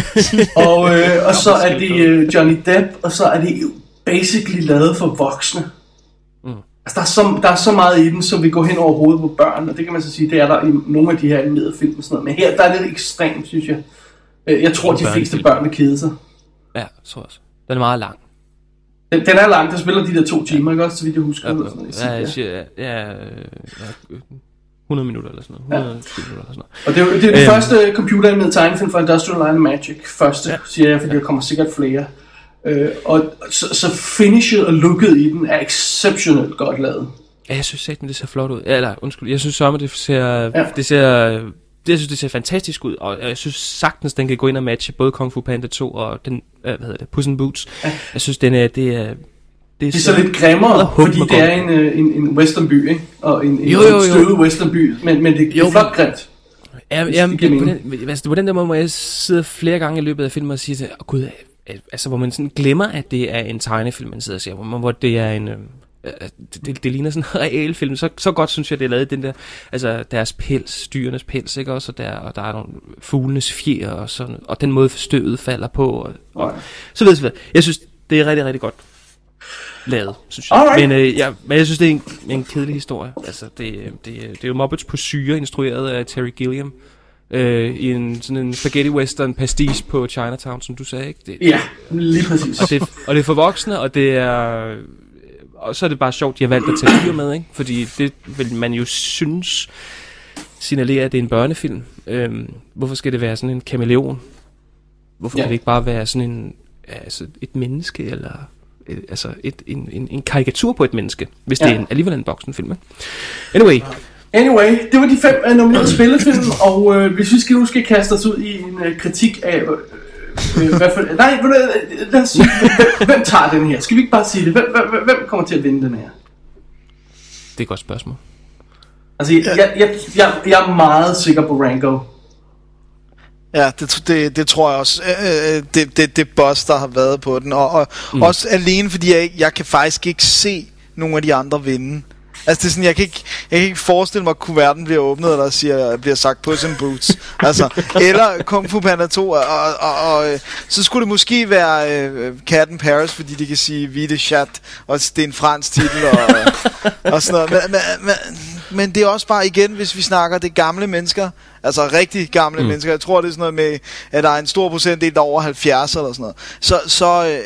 og, øh, og så er det øh, Johnny Depp, og så er det basically lavet for voksne. Mm. Altså, der er, så, der er så meget i den, som vi går hen over hovedet på børn, og det kan man så sige, det er der i nogle af de her animerede film og sådan noget. Men her, der er det ekstremt, synes jeg. Jeg tror, de fleste børn vil kede sig. Ja, tror jeg også. Den er meget lang. Den, den er lang, der spiller de der to timer, ikke også, så vidt jeg husker. Ja, eller sådan noget. ja, ja, ja, ja, hundrede minutter eller sådan noget. hundrede ja. Minutter eller sådan noget. Og det er jo det, er det øhm. første computeranimeret tegnefilm fra Industrial Light and Magic. Første, ja. siger jeg, fordi der kommer sikkert flere. Øh, og så, så finishet og looket i den er exceptionelt godt lavet. Ja, jeg synes ikke, det ser flot ud. Eller, undskyld, jeg synes så, at det ser... Ja. Det ser det, jeg synes, det ser fantastisk ud, og jeg synes sagtens, den kan gå ind og matche både Kung Fu Panda to og den, hvad hedder det, Puss in Boots. Ja. Jeg synes, den er, det er... Det er, det er så, så lidt grimmere, fordi det er en, en, en westernby, ikke? Og en, en, jo, jo, jo. en støvet westernby, men, men det, det er flot grimt. Ja, ja, på, den, altså, på den der måde må jeg sidde flere gange i løbet af filmen og sige, at oh, gud, altså hvor man sådan glemmer, at det er en tegnefilm, man sidder og ser, hvor, hvor det er en... Det, det, det ligner sådan en real film. Så, så godt synes jeg, det er lavet den der, altså deres pels, dyrenes pels, ikke også, og der, og der er nogle fuglenes fjer og sådan, og den måde støvet falder på, og, og så ved jeg, jeg synes, det er rigtig, rigtig godt lavet, synes jeg. Men, øh, ja, men jeg synes, det er en, en kedelig historie. Altså, det, det, det er jo Muppets på syre, instrueret af Terry Gilliam, øh, i en sådan en spaghetti western pastiche på Chinatown, som du sagde, ikke? Det, ja, lige præcis. Og det, og det er for voksne, og det er... Og så er det bare sjovt, de har valgt at tage dyr med, ikke? Fordi det vil man jo synes signalerer, at det er en børnefilm. Øhm, hvorfor skal det være sådan en kameleon? Hvorfor ja. kan det ikke bare være sådan en, altså et menneske, eller et, altså et, en, en, en karikatur på et menneske, hvis ja. det er en, alligevel en voksenfilm, ikke? Anyway. Anyway, det var de fem uh, nominerede spillefilm, og uh, hvis vi skal nu skal kaste os ud i en uh, kritik af... Uh, Øh, hvad for, nej, lad os sige, hvem, hvem tager den her? Skal vi ikke bare sige det? Hvem, hvem, hvem kommer til at vinde den her? Det er et godt spørgsmål. Altså, jeg, jeg, jeg, jeg, jeg er meget sikker på Rango. Ja, det, det, det tror jeg også. Øh, det, det, det boss, der har været på den. Og, og mm. også alene, fordi jeg, jeg kan faktisk ikke se nogen af de andre vinde. Altså det er sådan, jeg kan ikke, jeg kan ikke forestille mig, at kuverten bliver åbnet, eller siger, bliver sagt Puss in Boots. Altså, eller Kung Fu Panda to, og, og, og, og så skulle det måske være uh, Cat in Paris, fordi de kan sige Vite Chat, og det er en fransk titel, og, og sådan noget. Men, men, men, men det er også bare igen, hvis vi snakker det gamle mennesker, altså rigtig gamle mm. mennesker. Jeg tror, det er sådan noget med, at der er en stor procentdel, der er over halvfjerds eller sådan noget. Så, så øh,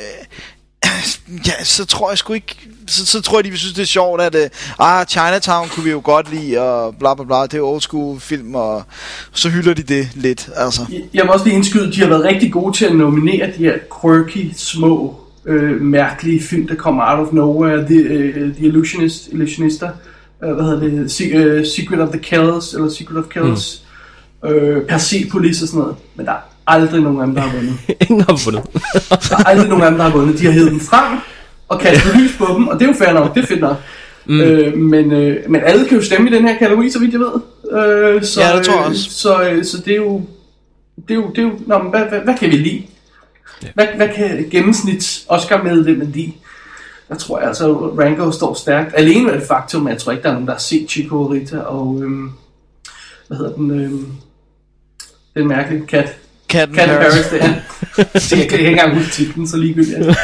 ja, så tror jeg sgu ikke, så, så tror jeg, de vil synes, det er sjovt, at uh, ah, Chinatown kunne vi jo godt lide, og bla bla bla, det er old school film, og så hylder de det lidt, altså. Jeg, jeg må også lige indskyde, de har været rigtig gode til at nominere de her quirky, små, øh, mærkelige film, der kommer out of nowhere, The, uh, the Illusionist, Illusionista, uh, hvad hedder det, Se- uh, Secret of the Kells, eller Secret of Kells, mm. uh, Persepolis og sådan noget, men der er aldrig nogen af dem, der har vundet. Ingen har vundet. Der er aldrig nogen af dem, der har vundet. De har hævet dem frem og kastet lys på dem, og det er jo fair nok, det er fedt nok. Mm. Øh, men, øh, men alle kan jo stemme i den her kategori, så vidt jeg ved. Øh, så, ja, det tror jeg også. Så, øh, så det er jo, det er jo, det er jo nå, men hvad, hvad, hvad kan vi lide? Ja. Hvad, hvad kan gennemsnits Oscar med det med lide? Der tror jeg altså, Rango står stærkt. Alene med det faktum, jeg tror ikke, der er nogen, der har set Chico og Rita, og øhm, hvad hedder den, øhm, den mærkelige kat. Cat in Paris, Paris, det er. Så jeg kan ikke engang huske titlen, så ligegyldigt. Altså.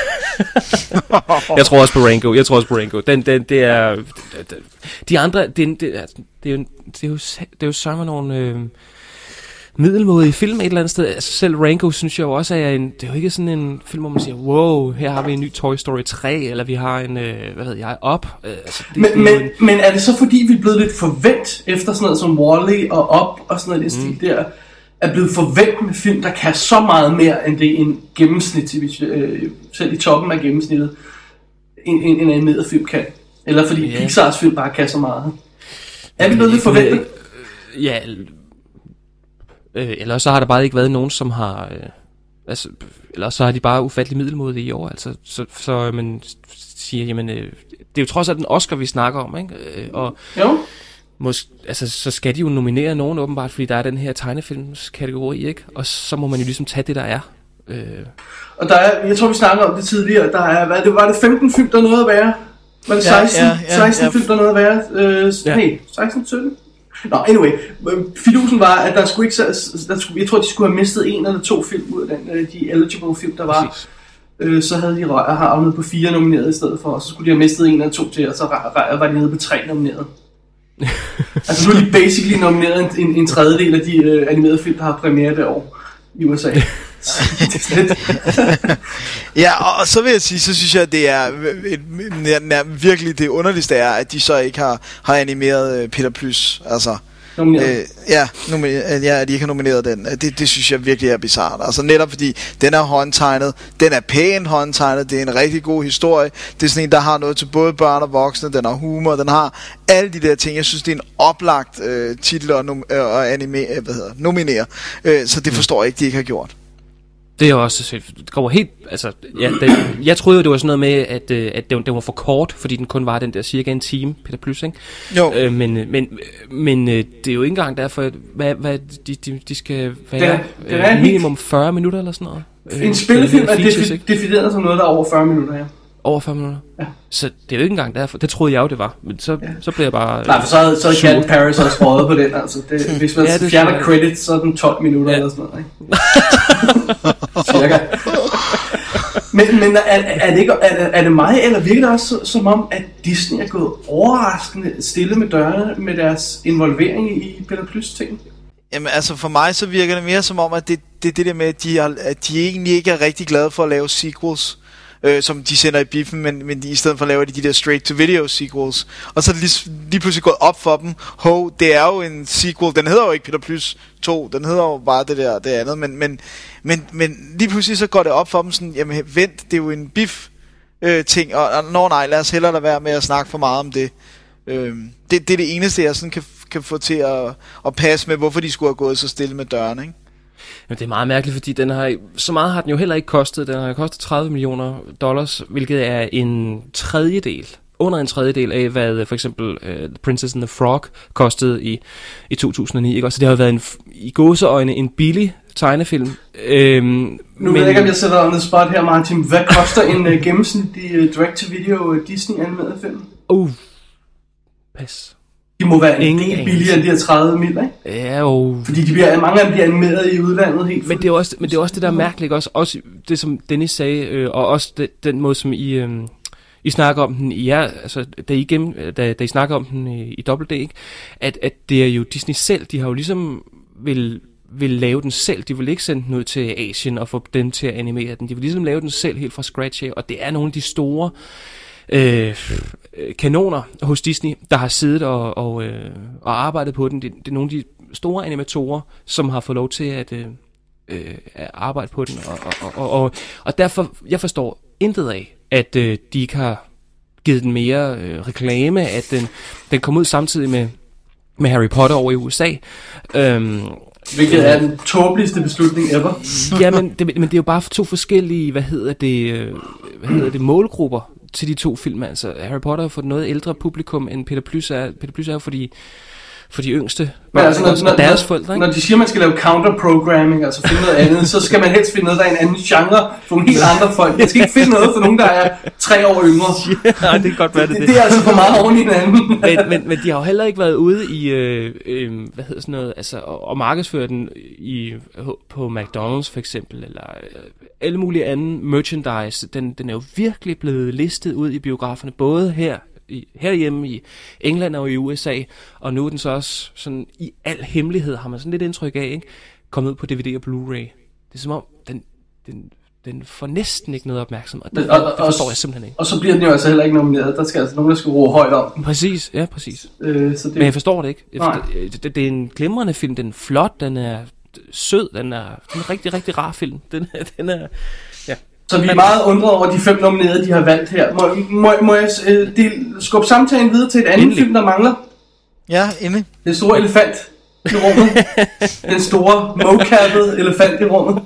Jeg tror også på Rango. Jeg tror også på Rango. Den, den, det er de andre. Det, det, det, det er jo, det er jo, det er jo sammen nogle øh, middelmådige film et eller andet sted. Altså selv Rango synes jeg jo også er en. Det er jo ikke sådan en film, hvor man siger, wow, her har vi en ny Toy Story tre, eller vi har en, øh, hvad ved jeg, Up. Øh, altså, det, men, det er men, en... men er det så fordi vi er blevet lidt forvent efter sådan noget som Wall-E og Up og sådan noget i den stil der? Er blevet forventet med film, der kan så meget mere, end det en gennemsnit, øh, selv i toppen af gennemsnittet, en, en, en animeret film kan. Eller fordi yeah. Pixars film bare kan så meget. Er vi blevet lidt forventet? Øh, ja, øh, eller så har der bare ikke været nogen, som har... Øh, altså, eller så har de bare ufattelig middelmåde i år. Altså, så, så man siger, jamen... Øh, det er jo trods alt en Oscar, vi snakker om, ikke? Øh, og, jo. Mås- altså, så skal de jo nominere nogen åbenbart, fordi der er den her tegnefilmskategori, ikke? Og så må man jo ligesom tage det, der er. Øh. Og der er, jeg tror vi snakker om det tidligere, der er, hvad det var det femten film, der nåede at være? Var det seksten, ja, ja, ja, seksten ja. film, der nåede at være? Øh, ja. Nej, seksten, sytten? Nå, anyway, fidusen var, at der skulle ikke, der skulle, jeg tror, de skulle have mistet en eller to film ud af den, de eligible film, der var. Præcis. Så havde de havnet på fire nomineret i stedet for, og så skulle de have mistet en eller to til, og så var de nede på tre nomineret. Altså nu er de basically nomineret en, en, en tredjedel af de uh, animerede film, der har premiere det år i U S A. Ja, og, og så vil jeg sige, så synes jeg, at det er et, nær, nær, virkelig det underligste er, at de så ikke har, har animeret uh, Peter Plys, altså Øh, ja, nomineret, ja, at de ikke har nomineret den. Det, det synes jeg virkelig er bizarrt. Altså netop fordi den er håndtegnet, den er pænt håndtegnet, det er en rigtig god historie. Det er sådan en, der har noget til både børn og voksne, den har humor, den har alle de der ting. Jeg synes, det er en oplagt øh, titel at, nom- øh, at anime, øh, hvad hedder, nominere. Øh, så det forstår jeg ikke, de ikke har gjort. Det er også, det kommer helt, altså, ja, det, jeg troede jo, det var sådan noget med, at, at det, det var for kort, fordi den kun var den der cirka en time, Peter Plys, ikke? Jo. Øh, men, men, men det er jo ikke engang derfor, hvad, hvad de, de, de skal være, det er, øh, minimum fyrre minutter eller sådan noget. En spillefilm er defi- defineret som noget, der er over fyrre minutter, ja. Over fyrre minutter? Ja. Så det er jo ikke engang derfor. Det troede jeg jo, det var. Men så, ja. så blev jeg bare... Nej, for så havde, så havde Cat Paris også røget på den, altså. Det, hvis man ja, fjerner credits, så er den tolv minutter ja. eller sådan noget, ikke? Cirka. Men, men er, er, det ikke, er, er det mig, eller virker det også som om, at Disney er gået overraskende stille med dørene med deres involvering i Peter Plys ting? Jamen altså for mig så virker det mere som om, at det det, det der med, at de, er, at de egentlig ikke er rigtig glade for at lave sequels. Øh, som de sender i biffen, men, men de, i stedet for laver de de der straight-to-video sequels. Og så er det lige, lige pludselig gået op for dem. Ho, det er jo en sequel. Den hedder jo ikke Peter Plys to. Den hedder jo bare det der, det andet. Men, men, men, men lige pludselig så går det op for dem sådan, jamen vent, det er jo en biff øh, ting. Og, og nå nej, lad os hellere lade være med at snakke for meget om det. Øh, det, det er det eneste, jeg sådan kan, kan få til at, at passe med, hvorfor de skulle have gået så stille med dørene, ikke? Men det er meget mærkeligt, fordi den har, så meget har den jo heller ikke kostet. Den har kostet tredive millioner dollars, hvilket er en tredjedel, under en tredjedel af, hvad for eksempel uh, Princess and the Frog kostede i, i to tusind og ni. Ikke? Så det har været en, i gåseøjne en billig tegnefilm. Øhm, nu men, ved jeg ikke, om jeg sætter on the spot her, Martin. Hvad koster en uh, gennemsnitlig uh, direct-to-video Disney-animeret film? Uh, pas. De må være en del billigere end de her tredive mil, ikke? Ja, jo. Fordi de bliver, mange af dem bliver animeret i udlandet helt. Men det er også, men det er også det, der er mærkeligt, også, også det, som Dennis sagde, øh, og også det, den måde, som I, øh, I snakker om den, ja, altså, da I, gennem, da, da I snakker om den i, i dobbelt D, ikke? At, at det er jo Disney selv, de har jo ligesom vil, vil lave den selv, de vil ikke sende den ud til Asien og få dem til at animere den, de vil ligesom lave den selv helt fra scratch af, og det er nogle af de store Øh, kanoner hos Disney, der har siddet og, og, øh, og arbejdet på den. Det, det er nogle af de store animatorer, som har fået lov til at, øh, øh, at arbejde på den. Og, og, og, og, og derfor, jeg forstår intet af, at øh, de ikke har givet den mere øh, reklame, at den, den kom ud samtidig med, med Harry Potter over i U S A. Øhm, Hvilket er den tåbeligste beslutning ever. Ja, men det, men det er jo bare to forskellige, hvad hedder det, hvad hedder det målgrupper til de to film. Altså Harry Potter har fået noget ældre publikum end Peter Plys er. Peter Plys er jo for de, for de yngste børn, altså, når, når, deres forældre. Ikke? Når de siger, man skal lave counter-programming, altså finde noget andet, så skal man helst finde noget, der er en anden genre for nogle helt andre folk. Man skal ikke finde noget for nogen, der er tre år yngre. Ja, det kan godt være det. Det, det er altså for meget oven i hinanden. men, men, men de har jo heller ikke været ude i, øh, øh, hvad hedder sådan noget, altså at markedsføre den i, på McDonald's for eksempel, eller øh, alle mulige anden merchandise. Den, den er jo virkelig blevet listet ud i biograferne, både her i, herhjemme i England og i U S A, og nu er den så også sådan i al hemmelighed, har man sådan lidt indtryk af, ikke? Kommet ud på D V D og Blu-ray. Det er som om, den, den, den får næsten ikke noget opmærksomhed, og det, og, og, det forstår og, jeg simpelthen ikke. Og så bliver den jo altså heller ikke nomineret. Der skal altså nogen, der skal råbe højt om den. Præcis, ja, præcis. Øh, så det... Men jeg forstår det ikke. Jeg det, det, det er en glimrende film, den er flot, den er sød, den er, den er en rigtig, rigtig rar film. Den, den er, ja. Så vi er meget undret over de fem nominerede, de har valgt her. Må, må, må jeg øh, del, skubbe samtalen videre til et andet Endelig. film, der mangler? Ja, endelig. Den store elefant i rummet. Den store mocappede elefant i rummet.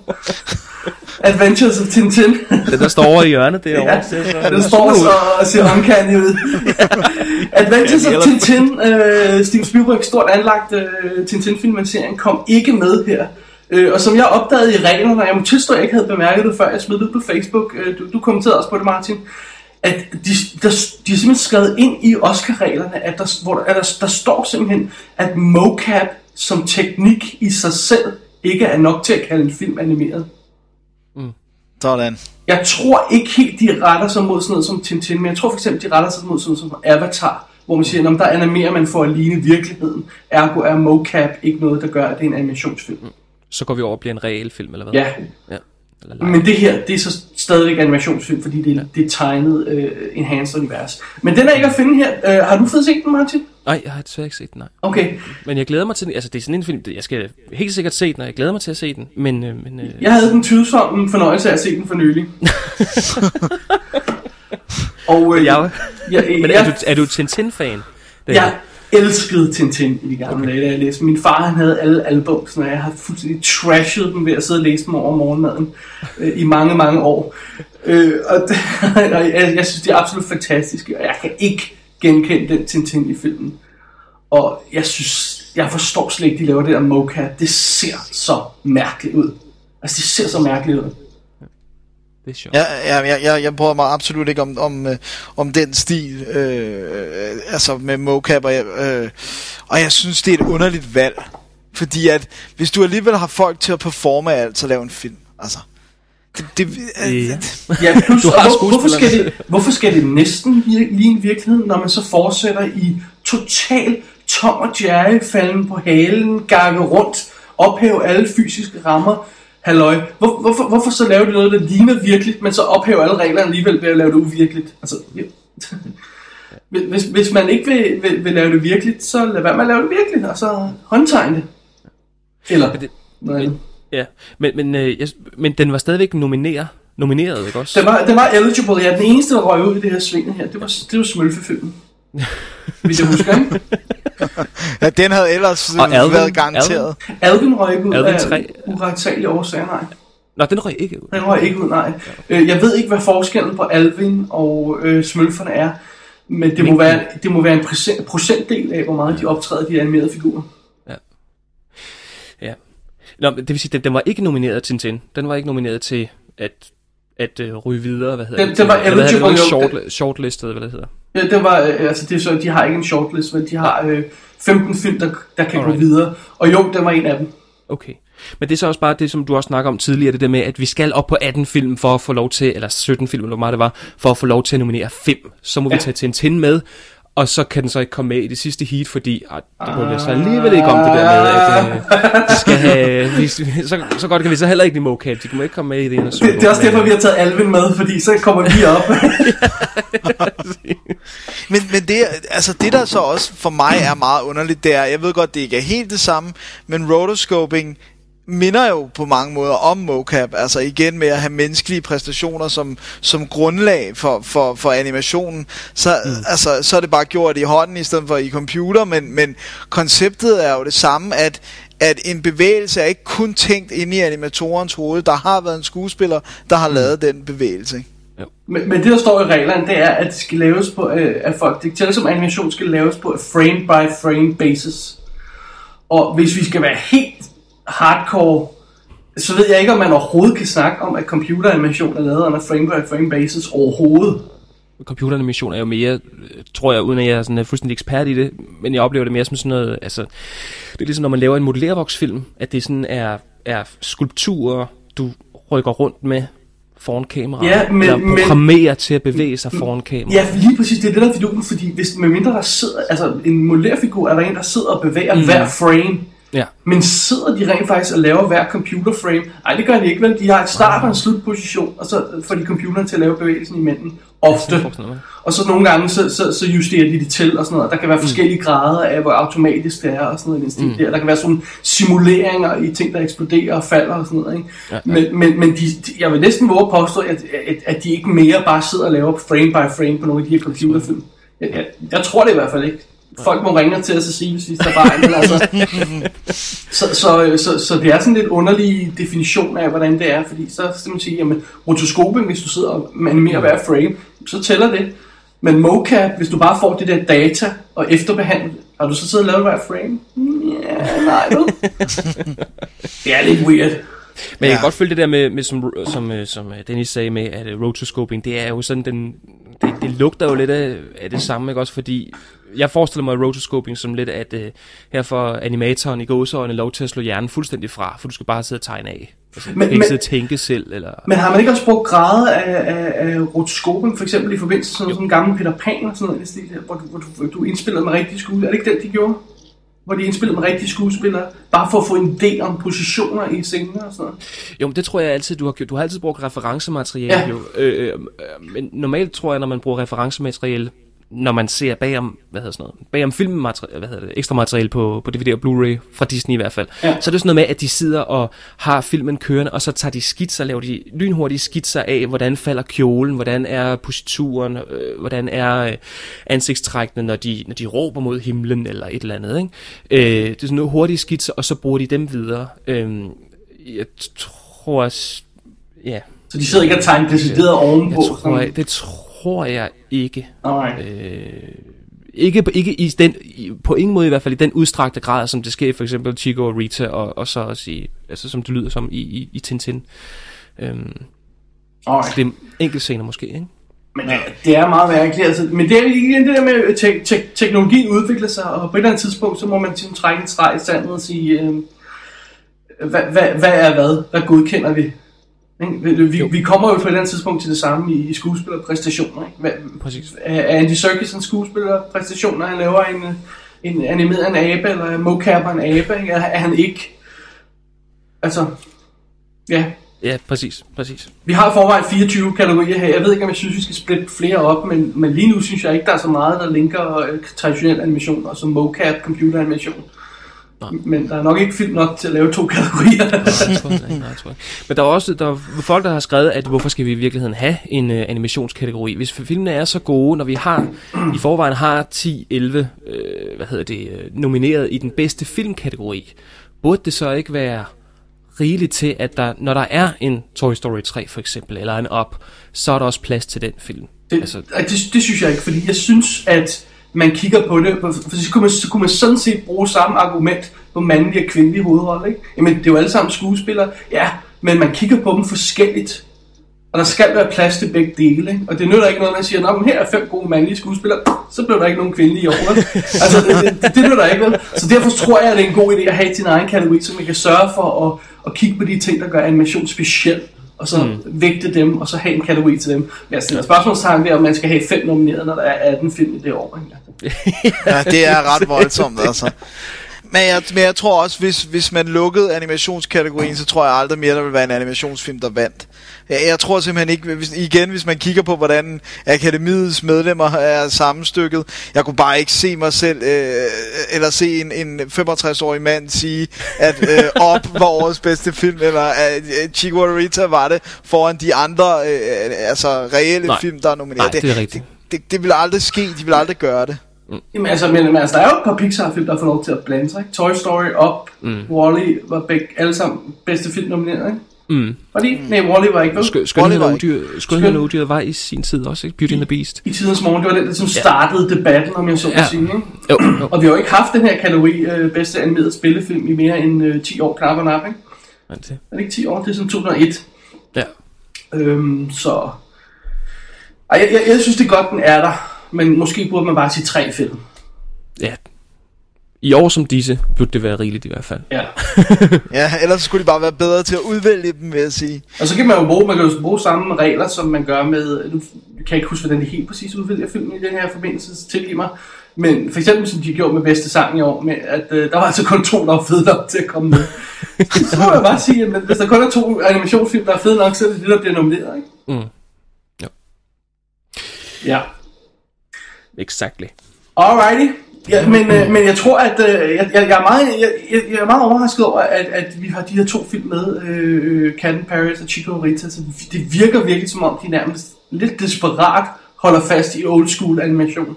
Adventures of Tintin. Den der står over i hjørnet derovre. Ja, den står så og ser uncanny ud. Adventures of Tintin, uh, Steven Spielbergs stort anlagt uh, Tintin-filmatisering, kom ikke med her. Uh, og som jeg opdagede i reglerne, og jeg må tilstå, at jeg ikke havde bemærket det, før jeg smed det ud på Facebook, uh, du, du kommenterede også på det, Martin. at de, der, de er simpelthen skrevet ind i Oscar-reglerne, at der, hvor der, der, der står simpelthen, at mocap som teknik i sig selv ikke er nok til at kalde en film animeret. Mm. Sådan. Jeg tror ikke helt, de retter sig mod sådan noget som Tintin, men jeg tror for eksempel, de retter sig mod sådan noget som Avatar, hvor man siger, at der animerer man for at ligne virkeligheden. Ergo er mocap ikke noget, der gør, at det er en animationsfilm. Mm. Så går vi over og bliver en reel film, eller hvad? Ja. Ja. Men det her, det er så stadigvæk animationsfilm, fordi det, ja. det er tegnet uh, enhanced univers. Men den er ikke at finde her. Uh, har du fået set den, Martin? Nej, jeg har desværre ikke set den, nej. Okay. Men jeg glæder mig til den. Altså, det er sådan en film, jeg skal helt sikkert se den, og jeg glæder mig til at se den. Men, øh, men, øh... Jeg havde den tvivlsomme fornøjelse af at se den for nylig. og, øh, jeg, jeg, men er du, er du Tintin-fan? Jeg elskede Tintin i de gamle dage, da jeg læste. Min far, han havde alle albums, og jeg har fuldstændig trashet dem ved at sidde og læse dem over morgenmaden øh, i mange, mange år. Øh, og det, og jeg, jeg synes, det er absolut fantastisk, og jeg kan ikke genkende den Tintin i filmen. Og jeg synes, jeg forstår slet ikke, de laver det der mocap. Det ser så mærkeligt ud. Altså, det ser så mærkeligt ud. Det er sjovt. Ja, ja, jeg, jeg, jeg prøver mig absolut ikke om, om, øh, om den stil, øh, altså med mocap, og jeg, øh, og jeg synes, det er et underligt valg. Fordi at, hvis du alligevel har folk til at performe alt, så lave en film, altså... Det, det, øh, ja. ja, plus, du har hvor, hvorfor, skal det, hvorfor skal det næsten ligne virkeligheden, når man så fortsætter i total Tom og Jerry falden på halen, gakke rundt, ophæve alle fysiske rammer? Halløj. Hvor, hvorfor, hvorfor så lave det noget, der ligner virkeligt, men så ophæve alle reglerne alligevel ved at lave det uvirkeligt? Altså, ja. hvis, hvis man ikke vil, vil, vil lave det virkeligt, så lad være med at lave det virkeligt, og så håndtegne det. Eller men det, men, ja, men, men, øh, jeg, men den var stadigvæk nomineret, nomineret, ikke også? Den var, den var eligible, ja. Den eneste, der røg ud i det her svinget her, det var, det var Smølfefilmen. Hvis jeg husker, ikke? Ja, den havde ellers Alvin, været garanteret. Alvin, Alvin røg ikke ud Alvin af uretsagelige årsager, nej. Nå, den røg ikke ud. Den røg ikke ud, nej. Ja. Jeg ved ikke, hvad forskellen på Alvin og øh, Smølferne er, men det, men må, være, det må være en procent, procentdel af, hvor meget de optræder, de animerede figurer. Ja. Ja. Nå, det vil sige, den, den var ikke nomineret til Tintin. Den var ikke nomineret til at, at uh, ryge videre, hvad hedder den, det? Den var eligible. Short, shortlistet, hvad det hedder. Ja, det var, altså det er så, de har ikke en shortlist, men de har øh, femten film, der, der kan Alright. gå videre. Og jo, den var en af dem. Okay. Men det er så også bare det, som du også snakker om tidligere, det der med, at vi skal op på atten film for at få lov til, eller sytten film, eller hvor meget det var, for at få lov til at nominere fem. Så må ja. vi tage Tintin med, og så kan den så ikke komme med i det sidste heat, fordi ah, det må vi så alligevel ikke om det der med, at øh, vi skal have, vi, så, så godt kan vi så heller ikke lide mocap, de må ikke komme med i det ene. Det, det er også derfor, vi har taget Alvin med, fordi så kommer vi op. men, men det, altså det der så også for mig er meget underligt, det er, jeg ved godt, det ikke er helt det samme, men rotoscoping minder jo på mange måder om mocap, altså igen med at have menneskelige præstationer som, som grundlag for, for, for animationen, så, mm. altså, så er det bare gjort i hånden i stedet for i computer, men, men konceptet er jo det samme, at, at en bevægelse er ikke kun tænkt inde i animatorens hoved, der har været en skuespiller, der har mm. lavet den bevægelse, ikke? Ja. Men, men det der står i reglerne, det er, at det skal laves på, øh, at folk, det tæller som animation skal laves på frame by frame basis, og hvis vi skal være helt hardcore, så ved jeg ikke, om man overhovedet kan snakke om, at computeranimation er lavet under frame by frame basis overhovedet. Computeranimation er jo mere, tror jeg, uden at jeg er sådan er fuldstændig ekspert i det, men jeg oplever det mere som sådan noget, altså, det er ligesom når man laver en modellervoksfilm, at det sådan er, er skulpturer, du rykker rundt med foran kameraet, ja, men, eller programmerer til at bevæge sig foran kameraet. Ja, lige præcis, det er det der fidusen, fordi hvis med mindre der sidder, altså en modellerfigur, er der en, der sidder og bevæger mm. hver frame. Ja. Men sidder de rent faktisk og laver hver computerframe? Nej, det gør de ikke vel. De har et start- og en slutposition, og så får de computeren til at lave bevægelsen imellem. Ofte. Og så nogle gange, så, så, så justerer de det til og sådan noget. Der kan være forskellige mm. grader af, hvor automatisk det er og sådan noget i den stil mm. der. Der kan være sådan simuleringer i ting, der eksploderer og falder og sådan noget, ikke? Ja, ja. Men, men, men de, de, jeg vil næsten våge at påstå, at, at, at de ikke mere bare sidder og laver frame by frame på nogle af de her computerfilm. Jeg, jeg, jeg tror det i hvert fald ikke. Folk må ringe til os og sige, hvis vi tager bare en, altså. så, så, så, så det er sådan lidt underlig definition af, hvordan det er, fordi så skal man sige, jamen, rotoscoping, hvis du sidder og animerer hver frame, så tæller det. Men mocap, hvis du bare får det der data og efterbehandler, har du så siddet og lavet hver frame? Ja, nej, du. Det er lidt weird. Men jeg kan ja. godt følge det der med, med som, som, som Dennis sagde med, at rotoscoping, det er jo sådan den det, det lugter jo lidt af, af det samme, ikke også? Fordi jeg forestiller mig rotoscoping som lidt, at uh, her får animatoren i gåseøjne lov til at slå hjernen fuldstændig fra, for du skal bare sidde og tegne af. Altså, du men, kan ikke men, sidde og tænke selv. Eller... Men har man ikke også brugt grader af, af, af rotoscoping, for eksempel i forbindelse med sådan, sådan en gammel Peter Pan og sådan noget, stil der, hvor, du, hvor du, du indspillede med rigtige skuespillere? Er det ikke den, de gjorde? Hvor de indspillede med rigtige skuespillere, bare for at få en idé om positioner i scener og sådan noget? Jo, men det tror jeg altid, du har gjort. Du har altid brugt referencemateriale, ja. jo. Øh, øh, men normalt tror jeg, når man bruger referencemateriale, når man ser bagom, hvad hedder sådan noget, bagom filmmateriale, hvad hedder det, ekstra materiale på, på D V D og Blu-ray, fra Disney i hvert fald, ja. Så er det sådan noget med, at de sidder og har filmen kørende, og så tager de skitser, laver de lynhurtige skitser af, hvordan falder kjolen, hvordan er posituren, øh, hvordan er øh, ansigtstrækkene, når de, når de råber mod himlen, eller et eller andet, ikke? Øh, det er sådan nogle hurtige skitser, og så bruger de dem videre. Øh, jeg tror, ja. Så de sidder ikke og tegner decideret ovenpå? Jeg tror, jeg, det tror jeg ikke. Okay. Øh, ikke, ikke i den, i, på ingen måde i hvert fald i den udstrakte grad, som det sker for eksempel Chico og Rita, og, og så også i, altså som det lyder som i, i, i Tintin. Øhm, okay. Det er enkelte scener måske, ikke? Men ja, det er meget mærkeligt, altså, men det er igen det der med, at te- te- teknologien udvikler sig, og på et eller andet tidspunkt, så må man til trække en streg i sandet og sige, øh, hvad, hvad, hvad er hvad? Hvad godkender vi? Vi, vi, vi kommer jo på et eller andet tidspunkt til det samme i, i skuespillerpræstationer. Ikke? Hvad, Præcis. Er Andy Serkis en skuespillerpræstationer? Han laver en, en animeret en abe, eller mocapper en abe, ikke? Er, er han ikke? Altså, ja. Ja, præcis, præcis. Vi har i forvejen fireogtyve kategorier her. Jeg ved ikke, om jeg synes, vi skal splitte flere op, men, men lige nu synes jeg ikke, der er så meget, der linker øh, traditionel animation, og så mocap, computeranimation. Men der er nok ikke film nok til at lave to kategorier. nej, jeg tror, nej, nej, jeg tror ikke. Men der er også der er folk, der har skrevet, at hvorfor skal vi i virkeligheden have en uh, animationskategori? Hvis filmene er så gode, når vi har i forvejen har ti elleve øh, hvad hedder det, øh, nomineret i den bedste filmkategori, burde det så ikke være rigeligt til, at der, når der er en Toy Story tre for eksempel, eller en Up, så er der også plads til den film? Det, altså, det, det synes jeg ikke, fordi jeg synes, at man kigger på det, for så kunne man, så kunne man sådan set bruge samme argument på mandlige og kvindelige hovedroller, ikke? Jamen, det er jo alle sammen skuespillere, ja, men man kigger på dem forskelligt, og der skal være plads til begge dele, ikke? Og det nytter ikke noget, man siger, nå, men her er fem gode mandlige skuespillere, så bliver der ikke nogen kvindelige i år, altså, det, det, det nytter ikke, vel? Så derfor tror jeg, at det er en god idé at have sin egen kategori, så man kan sørge for at, at kigge på de ting, der gør animation speciel, og så mm. vægte dem, og så have en kategori til dem. Men jeg stiller spørgsmålstegn ved, om man skal have fem nomineret, når der er atten film i det år. Ja, det er ret voldsomt, altså. Men jeg, men jeg tror også, hvis, hvis man lukkede animationskategorien, så tror jeg aldrig mere, der vil være en animationsfilm, der vandt. Jeg, jeg tror simpelthen ikke, hvis, igen, hvis man kigger på, hvordan akademiets medlemmer er sammenstykket, jeg kunne bare ikke se mig selv, øh, eller se en, en femogtres-årig mand sige, at øh, Up var årets bedste film, eller at øh, Chico og Rita var det, foran de andre, øh, altså reelle Nej. film, der er nomineret. Nej, det er rigtigt. Det, det, det vil aldrig ske, de vil aldrig gøre det. Mm. Jamen altså, men, altså, der er jo et par Pixar-film, der får lov til at blande sig, ikke? Toy Story, Up, mm. Wall-E var begge, alle sammen bedste film nomineret, ikke? Mm. Var de? Mm. Nej, Wall-E var ikke, vel? Sk- Skønheden og Udyret var i sin tid også, ikke? Beauty and the Beast. I tidens morgen, det var den, der som startede ja. debatten, om jeg så må ja. sige, ikke? Jo, jo. Og vi har jo ikke haft den her kategori øh, bedste animeret spillefilm i mere end øh, ti år, knap og nap, ikke? Er det, er det ikke ti år? Det er sådan to tusind og et. Ja. Øhm, så... Ej, jeg, jeg, jeg synes, det er godt, den er der. Men måske burde man bare sige tre film. Ja. I år som disse burde det være rigeligt i hvert fald. Ja. Ja, ellers skulle de bare være bedre til at udvælge dem, vil jeg sige. Og så kan man jo bruge, man kan jo bruge samme regler, som man gør med... Nu kan jeg ikke huske, hvordan de helt præcis udvælger filmen i den her forbindelse, tilgive mig. Men for eksempel, som de gjorde med bedste sang i år, med at øh, der var altså kun to, der var fede nok til at komme med. Så må jeg bare sige, at hvis der kun er to animationsfilm, der er fede nok, så er det det, der bliver nomineret, ikke? Mm. Ja. Ja. Exactly. Alrighty. Ja, men, øh, men jeg tror, at øh, jeg, jeg, jeg, er meget, jeg, jeg er meget overrasket over, at, at vi har de her to film med, øh, Cat in Paris og Chico og Rita. Så det virker virkelig som om, de nærmest lidt desperat holder fast i old school animation.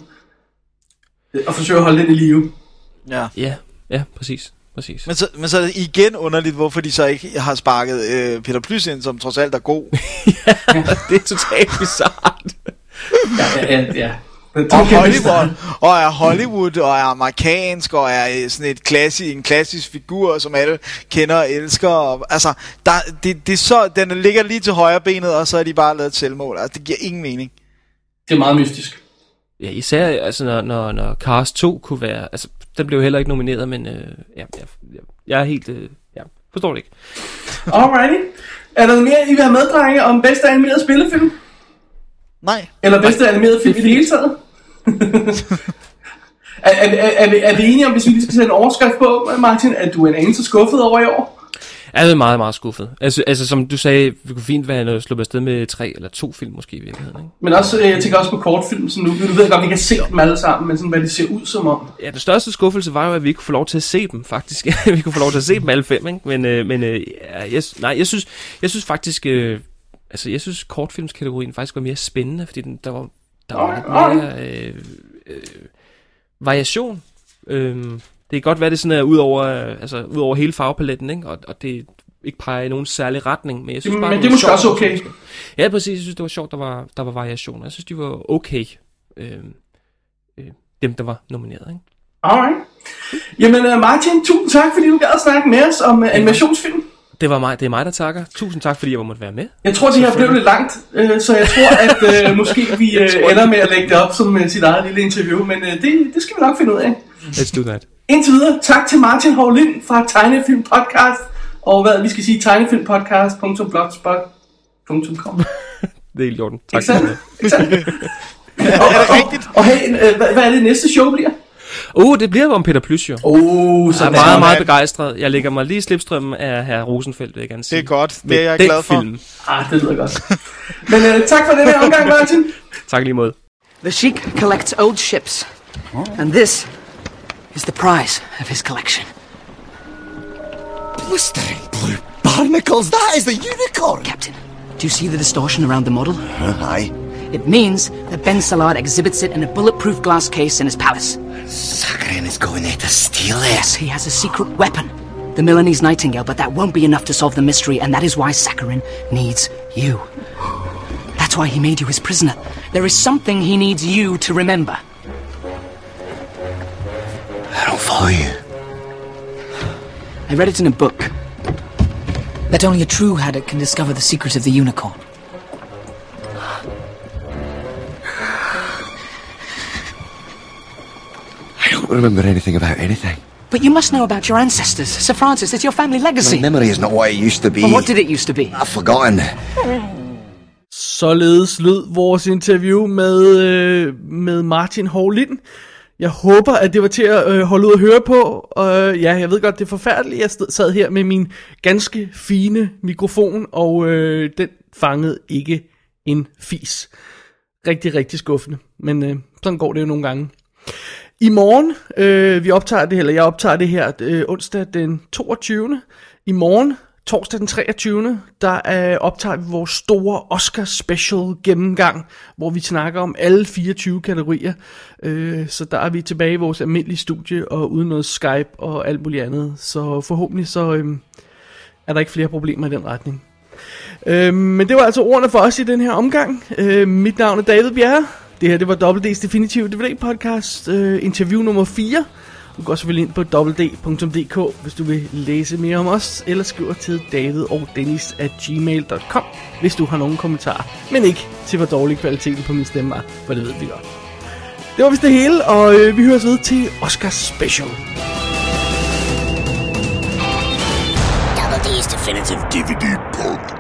Og forsøger at holde den i live. Ja, ja, ja, præcis. Præcis. Men så, men så er det igen underligt, hvorfor de så ikke har sparket øh, Peter Plys ind, som trods alt er god. Ja, det er totalt bizarrt. ja, ja, ja, ja. Og Hollywood, og er Hollywood, og er amerikansk, og er sådan et klassi, en klassisk figur, som alle kender og elsker. Og, altså, der, det, det er så, den ligger lige til højre benet, og så er de bare lavet et selvmål. Altså, det giver ingen mening. Det er meget mystisk. Ja, især altså, når, når, når Cars to kunne være... Altså, den blev heller ikke nomineret, men øh, ja, jeg, jeg, jeg er helt... Øh, ja, forstår det ikke. Alrighty. Er der noget mere, I vil have med, drenge, om bedste animerede spillefilm? Nej. Eller bedste Nej. animerede film i det hele taget? er, er, er, er, vi, er vi enige om, hvis vi lige skal sætte en overskrift på, Martin, at du er en anelse skuffet over i år? Jeg er meget, meget skuffet. Altså, altså som du sagde, vi kunne fint være noget sluppet afsted med tre eller to film måske i virkeligheden, ikke? Men også, jeg tænker også på kortfilm, så nu du ved godt, vi kan se dem alle sammen, men sådan, hvad de ser ud som om. Ja, den største skuffelse var jo, at vi ikke kunne få lov til at se dem, faktisk. Vi kunne få lov til at se dem alle fem, ikke? Men, øh, men øh, ja, jeg, nej, jeg synes, jeg synes faktisk, øh, altså jeg synes kortfilmskategorien faktisk var mere spændende, fordi den, der var, der var okay, lidt mere øh, øh, variation. Øh, Det kan godt være, det sådan er ud over, altså, ud over hele farvepaletten, ikke? Og, og det ikke peger i nogen særlig retning. Men, jeg synes det, bare, men det, det er måske også okay. Ja, præcis. Jeg synes, det var sjovt, der var, der var variation. Jeg synes, de var okay. Øh, øh, dem, der var nomineret, ikke? Alright. Jamen, Martin, tusind tak, fordi du gad at snakke med os om uh, animationsfilm. Det var mig, det er mig, der takker. Tusind tak, fordi jeg måtte være med. Jeg tror, det her blev lidt langt, øh, så jeg tror, at øh, måske vi øh, ender med at lægge det op som øh, sit eget lille interview, men øh, det, det skal vi nok finde ud af. Let's do that. Indtil videre, tak til Martin Hovlind fra Tegnefilm Podcast, og hvad vi skal sige, tegnefilmpodcast punktum blogspot punktum com. Det er helt i orden. Tak for det. og, og, og, og hey, øh, hvad, hvad er det næste show bliver? Uh, det bliver om Peter Plys, jo. Uh, så jeg er meget, meget begejstret. Jeg lægger mig lige i slipstrømmen af herr Rosenfeldt, vil jeg gerne sige. Det er godt. Det er jeg glad for. Film. Ah, det lyder godt. Men uh, tak for den her omgang, Martin. Tak lige mod. The Sheik collects old ships. And this is the prize of his collection. Blistering blue barnacles, that is the unicorn! Captain, do you see the distortion around the model? Uh, aye. It means that Ben Salad exhibits it in a bulletproof glass case in his palace. Sakharine is going there to steal it. Yes, he has a secret weapon. The Milanese Nightingale, but that won't be enough to solve the mystery, and that is why Sakharine needs you. That's why he made you his prisoner. There is something he needs you to remember. I don't follow you. I read it in a book. That only a true haddock can discover the secret of the unicorn. I don't remember anything about anything. But you must know about your ancestors. Sir Francis, it's your family legacy. My memory is not what it used to be. Well, what did it used to be? I've forgotten. Således lød vores interview med, øh, med Martin Hovlind. Jeg håber, at det var til at øh, holde ud at høre på. Og ja, jeg ved godt, det er forfærdeligt. Jeg sad her med min ganske fine mikrofon, og øh, den fangede ikke en fis. Rigtig, rigtig skuffende. Men øh, sådan går det jo nogle gange. I morgen, øh, vi optager det, eller jeg optager det her øh, onsdag den toogtyvende I morgen, torsdag den treogtyvende der øh, optager vi vores store Oscar special gennemgang, hvor vi snakker om alle fireogtyve kategorier. Øh, så der er vi tilbage i vores almindelige studie, og uden noget Skype og alt muligt andet. Så forhåbentlig så øh, er der ikke flere problemer i den retning. Øh, men det var altså ordene for os i den her omgang. Øh, mit navn er David Bjerre. Det her, det var W D's Definitive D V D podcast, øh, interview nummer fire. Du går selvfølgelig ind på w d punktum d k, hvis du vil læse mere om os, eller skriver til david og dennis at gmail punktum com, hvis du har nogle kommentarer. Men ikke til, hvor dårlig kvaliteten på min stemme er, for det ved vi godt. Det var vist det hele, og øh, vi høres ved til Oscar Special. W D's Definitive D V D podcast.